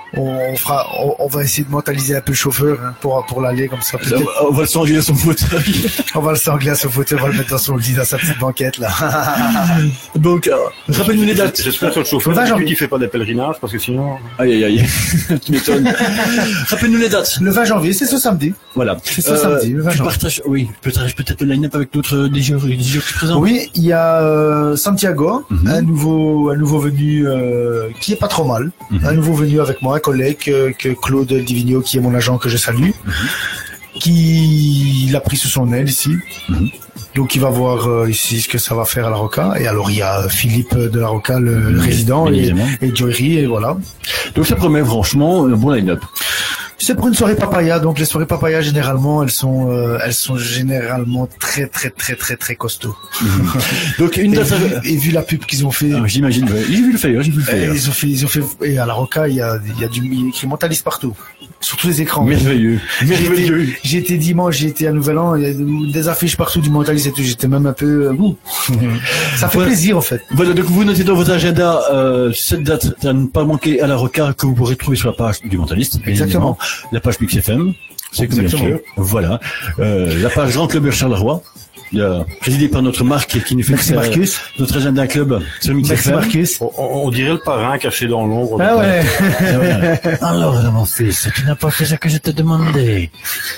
on fera, on, on va essayer de mentaliser un peu le chauffeur hein, pour pour l'aller comme ça. Peut-être. On va le sangler à son fauteuil. On va le sangler à son fauteuil, on va le mettre dans son lit, dans sa petite banquette là. Donc, euh, rappelle-nous les dates. J'espère que le chauffeur d'habitude il fait pas des pèlerinages parce que sinon. Aïe aïe aïe. Tu m'étonnes. Rappelle-nous les dates. Le vingt janvier, c'est ce samedi. Voilà. C'est ce euh, samedi. Le vingt tu janvier. partages, oui, peut-être peut-être le line-up avec d'autres des jeux, des jeux présents. Oui, il y a euh, Santiago, mm-hmm. un nouveau, un nouveau venu euh, qui est pas trop mal, mm-hmm. un nouveau venu avec moi, un collègue que, que Claude Divigno, qui est mon agent que je salue, mm-hmm. qui l'a pris sous son aile ici. Mm-hmm. Donc il va voir euh, ici ce que ça va faire à la Roca. Et alors il y a Philippe de la Roca, le, le résident, et, et Joyri, et voilà. Donc ça promet franchement un bon line-up. C'est pour une soirée papaya, donc les soirées papaya généralement elles sont euh, elles sont généralement très très très très très costauds. Mmh. Donc une date et, vu, et vu la pub qu'ils ont fait, ah, j'imagine. Ouais. J'ai vu le faire, j'ai vu le faire. Ils ont fait ils ont fait et à la Roca il y a il y a du il y a écrit mentaliste partout. Sur tous les écrans. Merveilleux. Merveilleux. J'ai été, j'ai été dimanche, j'ai été à Nouvel An, il y a des affiches partout du mentaliste et tout. J'étais même un peu euh, ouh. Ça fait voilà. plaisir en fait. Voilà, donc vous notez dans votre agenda euh, cette date à ne pas manquer à la Roca que vous pourrez trouver sur la page du mentaliste. Exactement. La page Mix F M. C'est comme bien sûr. Voilà. Euh, la page Grand Club Charleroi. Euh, présidé par notre Marc qui nous fait Merci Marcus. Notre agenda club sur Mix Merci F M. Marcus. On, on dirait le parrain caché dans l'ombre. Ah ouais. Alors mon fils, tu n'as pas fait ce que je te demandais.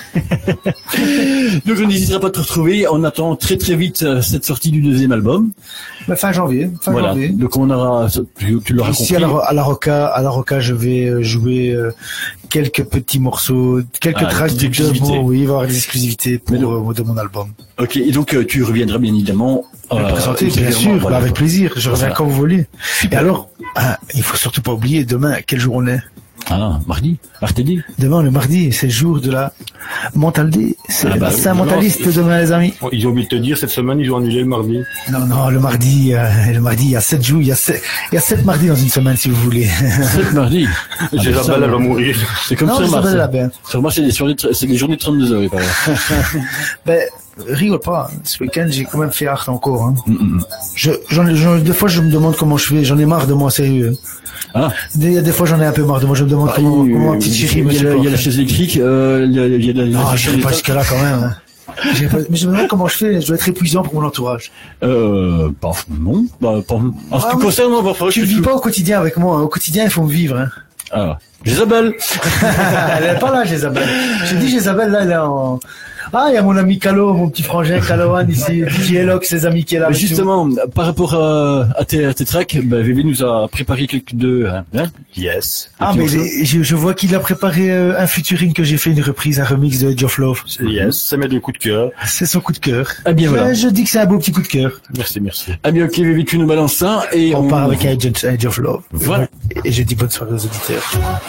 Donc on n'hésitera pas à te retrouver. On attend très très vite cette sortie du deuxième album. Bah, fin janvier. Fin voilà. janvier. Donc on aura, tu, tu l'auras Ici compris. à la, à la Roca, à la Roca, je vais jouer euh, quelques petits morceaux, quelques ah, tracks de exclusivités. Oui, il va y avoir des exclusivités pour euh, de mon album. Ok. Et donc euh, tu reviendras bien évidemment. Euh, présenter, bien sûr, voilà. bah, avec plaisir. Je reviens voilà. quand vous voulez. Et alors, ah, il faut surtout pas oublier demain quel jour on est. Ah, mardi, mardi. Demain, le mardi, c'est le jour de la Mental Day. C'est ah bah, un mentaliste demain, les amis. Ils ont oublié de te dire, cette semaine, ils ont annulé le mardi. Non, non, le mardi, euh, le mardi, il y a sept jours, il y a sept, il y a sept mardis dans une semaine, si vous voulez. Sept mardis. Isabelle, elle va mourir. C'est comme non, ça, Isabelle, elle va bien. Sur moi, c'est des journées, c'est des journées de trente-deux heures, par Ben, rigole pas. Ce week-end, j'ai quand même fait art encore, hein. Mm-mm. Je, j'en, j'en, des fois, je me demande comment je fais. J'en ai marre de moi, sérieux. Ah. Des, des fois, j'en ai un peu marre de moi. Je me demande ah, comment, comment ma petite chérie me Il y a, il y a la chaise électrique, euh, il y a, il y a la, ah, je ne pas jusque là quand même, hein. J'ai pas, mais je me demande comment je fais. Je dois être épuisant pour mon entourage. Euh, pas, non, bah, pas, en ce qui concerne moi, parfois, tu ne vis pas au quotidien avec moi. Au quotidien, il faut me vivre, hein. Ah. Isabelle. Elle est pas là, Isabelle. J'ai dit Isabelle, là, elle est en, ah, il y a mon ami Calo, mon petit frangin Caloan ici, D J Elox, ses amis qui est là. Mais justement, tout. Par rapport à, à tes, à tes tracks, bah, V V nous a préparé quelques deux, hein, hein yes. Ah, mais les, je, je vois qu'il a préparé euh, un featuring que j'ai fait, une reprise, un remix de Edge of Love. Yes, ça met deux coups de cœur. C'est son coup de cœur. Ah bien je, voilà. Je dis que c'est un beau petit coup de cœur. Merci, merci. Ah bien ok, V V, tu nous balances ça et on, on part avec Edge, Edge of Love. Voilà. Et je dis bonne soirée aux auditeurs.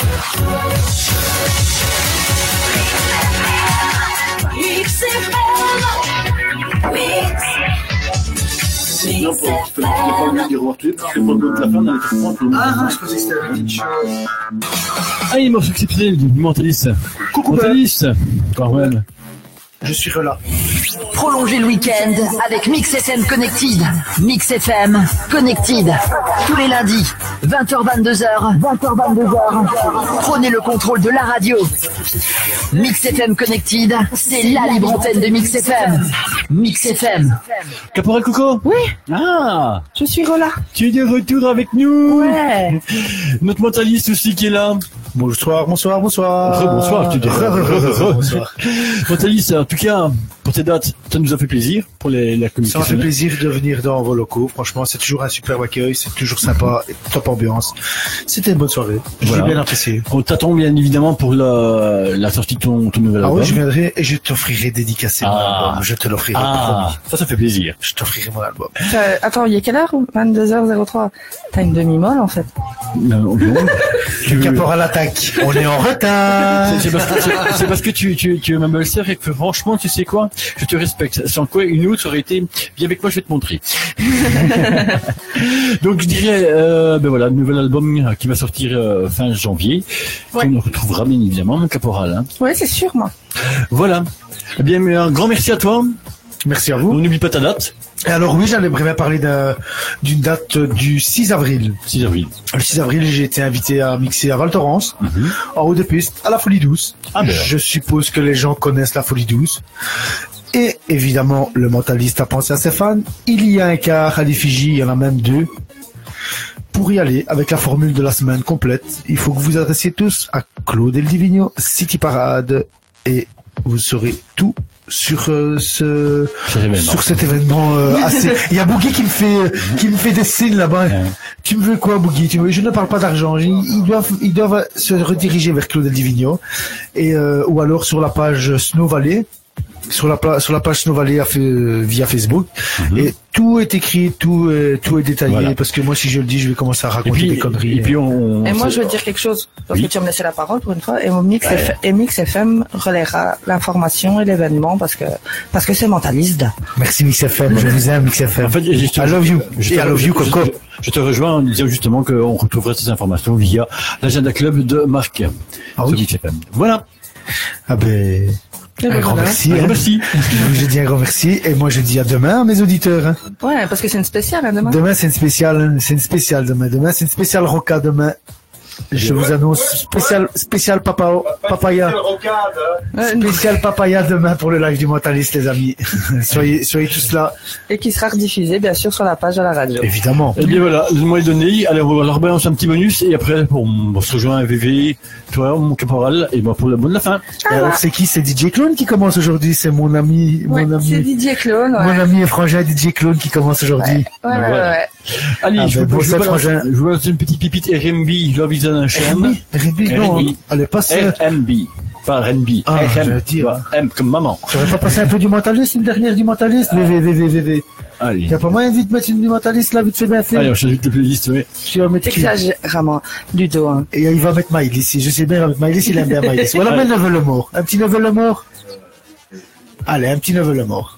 Non, pour, je peux pas le dire voir tout, parce que pour le la fin, on a été francs. Ah non, je pensais que c'était la petite chose. Ah, il morceau exceptionnel du mentaliste. Coucou, mentaliste. Quand même. Je suis là. Prolongez le week-end avec Mix F M Connected. Mix F M Connected. Tous les lundis, vingt heures vingt-deux heures. vingt heures vingt-deux heures. Prenez le contrôle de la radio. Mix F M Connected, c'est la libre antenne de Mix F M. Mix F M. Caporal Coco? Oui. Ah. Je suis là. Tu es de retour avec nous? Ouais. Notre mentaliste aussi qui est là. Bonsoir, bonsoir, bonsoir. Bonsoir, tu dis. Bonsoir. Mentaliste, en tout cas, pour tes dates, ça nous a fait plaisir pour les, la communication. Ça m'a fait plaisir de venir dans vos locaux. Franchement, c'est toujours un super accueil, c'est toujours sympa, top ambiance. C'était une bonne soirée. J'ai voilà. bien apprécié. On t'attend bien évidemment pour la, la sortie de ton, ton nouvel album. Ah oui, je viendrai et je t'offrirai dédicacé ah. mon album. Je te l'offrirai. Ah, ça, ça fait plaisir. Je t'offrirai mon album. Euh, attends, il est quelle heure? vingt-deux heures zéro trois. T'as une demi-molle en fait. Non, non. Le caporal attaque. On est en retard. C'est parce que, c'est, c'est parce que tu, tu, tu es ma belle-sœur et que franchement, tu sais quoi? Je te respecte. Sans quoi, une autre aurait été, viens avec moi, je vais te montrer. Donc, je dirais, euh, ben voilà, nouvel album qui va sortir euh, fin janvier. Ouais. Qu'on retrouvera bien évidemment, mon caporal. Hein. Oui, c'est sûr, moi. Voilà. Eh bien, un grand merci à toi. Merci à vous. On n'oublie pas ta date. Et alors oui, j'allais bien parler d'un- d'une date du six avril. six avril. Le six avril, j'ai été invité à mixer à Val Thorens, Mhm. en haut de piste, à la Folie Douce. Ah ben. Je suppose que les gens connaissent la Folie Douce. Et évidemment, le mentaliste a pensé à ses fans. Il y a un quart à l'effigie, il y en a même deux. Pour y aller, avec la formule de la semaine complète, il faut que vous vous adressiez tous à Claude Eldivigno, City Parade, et vous saurez tout sur euh, ce Cet événement. sur cet événement euh, assez. Il y a Boogie qui me fait qui me fait des signes là-bas. Ouais. Tu me veux quoi, Boogie? Tu me... Je ne parle pas d'argent. Ils ils doivent ils doivent se rediriger vers Claude Eldivigno et euh, ou alors sur la page Snow Valley. Sur la, pla- sur la page Snow Valley a fait, euh, via Facebook. Mhm. Et tout est écrit, tout, est- tout est détaillé. Voilà. Parce que moi, si je le dis, je vais commencer à Et raconter puis, des conneries. et puis on, Et moi, on- je veux dire quelque chose, parce Oui. que tu vas me laisser la parole pour une fois, et au Mix, F- et Mix F M relaiera l'information et l'événement, parce que, parce que c'est mentaliste. Merci Mix F M, je vous aime Mix F M. En fait, je te- I love you. Je Et te, I love you, je- Coco. je te rejoins en disant justement qu'on retrouvera ces informations via l'agenda club de Marc. Ah sur oui. Mix F M. Voilà. Ah ben, Et un ben grand voilà. merci. Un grand hein. merci. Je vous dis un grand merci. Et moi, je dis à demain, à mes auditeurs. hein. Ouais, parce que c'est une spéciale, hein, demain. Demain, c'est une spéciale, hein. c'est une spéciale demain. Demain, c'est une spéciale Roca demain. Je vous annonce spécial, spécial papa, papaya. Ouais, Spécial papaya demain pour le live du mentaliste, les amis. soyez, soyez tous là. et qui sera rediffusée, bien sûr, sur la page de la radio. Évidemment. Eh bien voilà, le mois est donné. Allez, on va leur balancer un petit bonus et après, on, on se rejoint à V V, toi, mon caporal, et moi pour le mot de la fin. Et alors, c'est qui? C'est D J Clone qui commence aujourd'hui. C'est mon ami, Ouais, mon c'est ami, Didier Clone, mon ouais. ami et frangin D J Clone qui commence aujourd'hui. Ouais, ouais, ouais, Voilà. ouais. Allez, Ah je, ben, vous, bon, je, ça, vous balance, frangin. je vous balance une petite pipite R M B, Love is an Ocean. Rémi, Rémi, non, Rémi. elle est pas R seule. M B, pas R M B. Ah, R M, j'allais dire. tu vois, M comme maman. J'aurais pas passé un peu du mentaliste, une dernière du mentaliste? V V, V V, V V. Allez. Y'a pas moyen de vite mettre une du mentaliste là, vite fait bien fait. Allez, on change vite la playlist, oui. Tu vas mettre qui? Exagérément. Ludo, hein. Et il va mettre Maïlis ici. Je sais bien, il va mettre Maïlis, il aime bien Maïlis. Voilà, mais Neveu le mort. Un petit Neveu le mort. Allez, un petit Neveu le mort.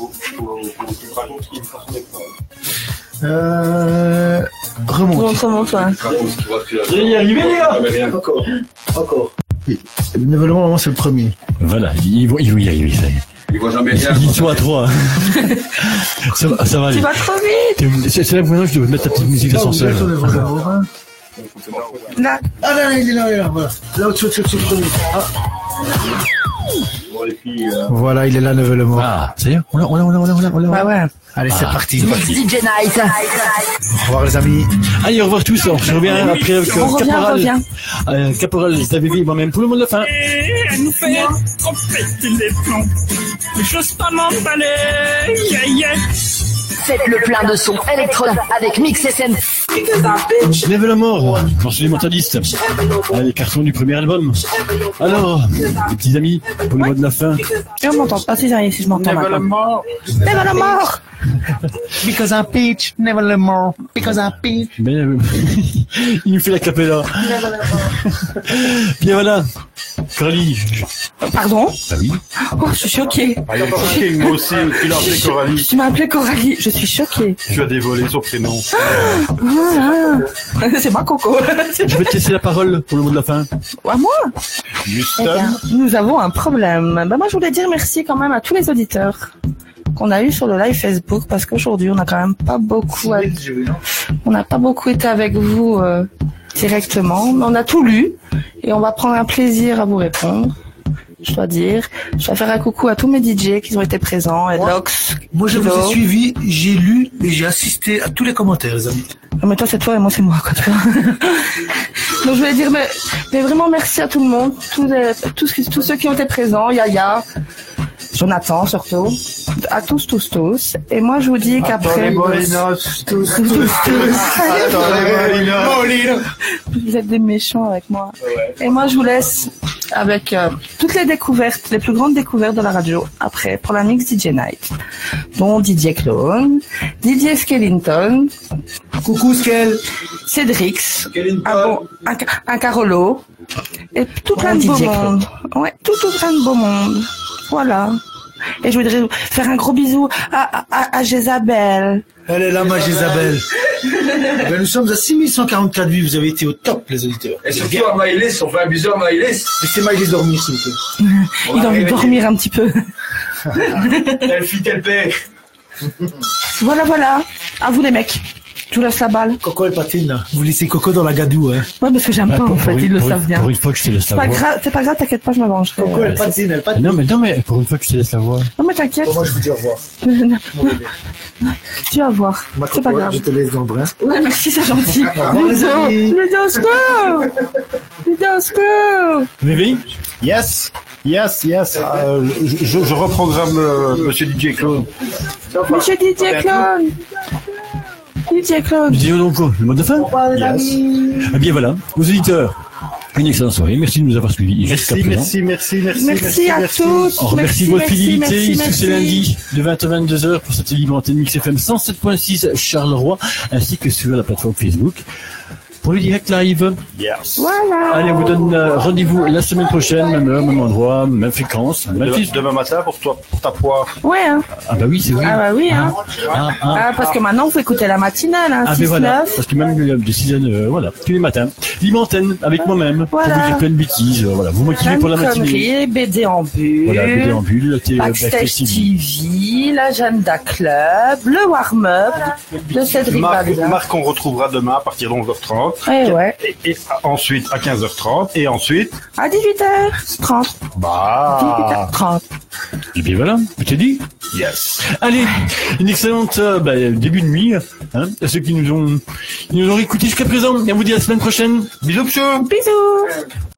Euh, remonte. Remonte, remonte, ouais. Vous allez y arriver, les gars? Encore. Encore. Le Neveu le mort, vraiment, c'est le premier. Voilà, ils vont, ils vont y arriver, ça y est. Il voit jamais rien. Ils sont à trois. ça, va, ça va aller. Tu vas trop vite! T'es- C'est c'est là que maintenant je dois mettre ta petite musique d'ascenseur. Où est ton Neveu le mort, hein? Là. Ah là, là, il est là, il est là, voilà. Là, au-dessus, au-dessus, au-dessus, au-dessus. Ah. Voilà, il est là, Neveu le mort. Ah, ça y est, on l'a, on l'a, on l'a, on l'a, on l'a, on l'a. Bah ouais. Allez, c'est parti. Mix D J Night. Au revoir, les amis. Allez, au revoir tous. On se revient après avec On euh, revient, Caporal. on revient. Euh, Caporal, David et moi-même pour le mot de la fin. Elle nous fait trop péter les plombs. Mais j'ose pas m'emballer. Yeah, yeah. Faites le plein de son électro avec Mix S M. Lève la mort, morceau du mentaliste. Ah, les cartons du premier album. Alors, les petits amis, pour le mot de la fin. Et on m'entend. Ah, si, ça y est, si je m'entends maintenant. Lève la mort! Because I'm peach, never le more. Because I'm peach. Mais, euh, il nous fait la capella. Bien voilà. Coralie. Pardon? Ah oui. Oh, je suis choquée. Ah, il y a pas marqué moi aussi, tu l'as appelé Coralie. Tu m'as appelé Coralie. Je suis choquée. Tu as dévolé son prénom. Ah, c'est moi, Coco. Je vais te laisser la parole pour le mot de la fin. À moi? Eh Houston. bien, nous avons un problème. Ben, moi, je voulais dire merci quand même à tous les auditeurs qu'on a eu sur le live Facebook, parce qu'aujourd'hui, on n'a quand même pas beaucoup, à- on n'a pas beaucoup été avec vous euh, directement, mais on a tout lu et on va prendre un plaisir à vous répondre. Je dois dire, je dois faire un coucou à tous mes D J qui ont été présents, et Lox. Moi, je vous Kilo. ai suivi, j'ai lu et j'ai assisté à tous les commentaires, les amis. Non, mais toi c'est toi et moi c'est moi, quoi, tu vois. Donc je voulais dire, mais, mais vraiment merci à tout le monde, tous, les, tous, tous ceux qui ont été présents, Yaya, Jonathan surtout, à tous, tous, tous. Et moi je vous dis qu'après... tous, tous, tous. Vous êtes des méchants avec moi. Et moi je vous laisse avec euh, toutes les découvertes, les plus grandes découvertes de la radio après pour la Mix D J Night, dont Didier Clone, Didier Skellington, Coucou, Skel. Cédrix, un, bon, un, ca- un Carolo, et tout plein de beau Didier monde. Ouais, tout, tout plein de beau monde. Voilà. Et je voudrais faire un gros bisou à, à, à Jézabel. Elle est là, ma Isabelle. Ben, nous sommes à six mille cent quarante-quatre vues. Vous avez été au top, les auditeurs. Et surtout à Maïlis, on fait un bisou à Maïlis. Laissez Maïlis dormir, s'il vous plaît. Il a envie de dormir un petit peu. Telle fille, tel père. Voilà, voilà. À vous les mecs. Je vous laisse la balle. Coco elle patine, là. Vous laissez Coco dans la gadoue, hein. Ouais, parce que j'aime Ah, pas, pour- en fait, pour ils une- le pour une- savent bien. Pour une fois que je te laisse C'est la pas voix. grave, c'est pas grave, t'inquiète pas, je m'arrangerai. Coco elle patine, elle patine. Non mais non mais pour une fois que je te laisse la voix. Non, mais t'inquiète. Bon, moi, je vous dis au revoir. Tu vas voir. Ma C'est pas Coco, grave. je te laisse dans le brin. Ouais, merci, c'est gentil. revoir, les Ludo, amis. Ludo, secours Ludo, secours Réveille. Yes, yes, yes. Euh, je, je, je reprogramme euh, Monsieur D J Claude. Monsieur D J Clone D J Clone Disons donc quoi, le mot de fin. Yes. Eh bien voilà, aux auditeurs, une excellente soirée. Merci de nous avoir suivis jusqu'à Merci, présent. merci, merci, merci, Merci à tous. On remercie Merci, votre merci, fidélité merci, tous merci. ces lundis de vingt à vingt-deux heures pour cette libre antenne Mix F M cent sept point six Charleroi ainsi que sur la plateforme Facebook pour le direct live. Yes. Voilà. Allez, on vous donne euh, rendez-vous la semaine prochaine, même heure, même endroit, même fréquence. Même Demain, fils. demain matin pour toi, pour ta poire. Ouais, hein. Ah bah oui, c'est vrai. Ah bah oui, hein. Ah, ah. Ah, parce que maintenant, vous écoutez la matinale, hein, Ah ben six voilà, neuf. parce que même euh, de six heures, euh, voilà, tous les matins, libre antenne avec moi-même, Voilà. pour vous dire plein de bêtises, euh, voilà, vous motivez Plein pour la de matinée. conneries, B D en bulle. Voilà, B D en bulle, la télé, Backstage Backstage T T V. V, l'agenda club, le warm-up de Cédric Marc, Bagdad. Marc, on retrouvera demain à partir de onze heures trente. Eh ouais. Et, et ensuite à quinze heures trente. Et ensuite, À dix-huit heures trente. bah, dix-huit heures trente. Et bien voilà, je t'ai dit. yes. Allez, une excellente euh, bah, début de nuit, hein, à ceux qui nous ont, qui nous ont écoutés jusqu'à présent. Et on vous dit à la semaine prochaine. Bisous, bisous. Bisous.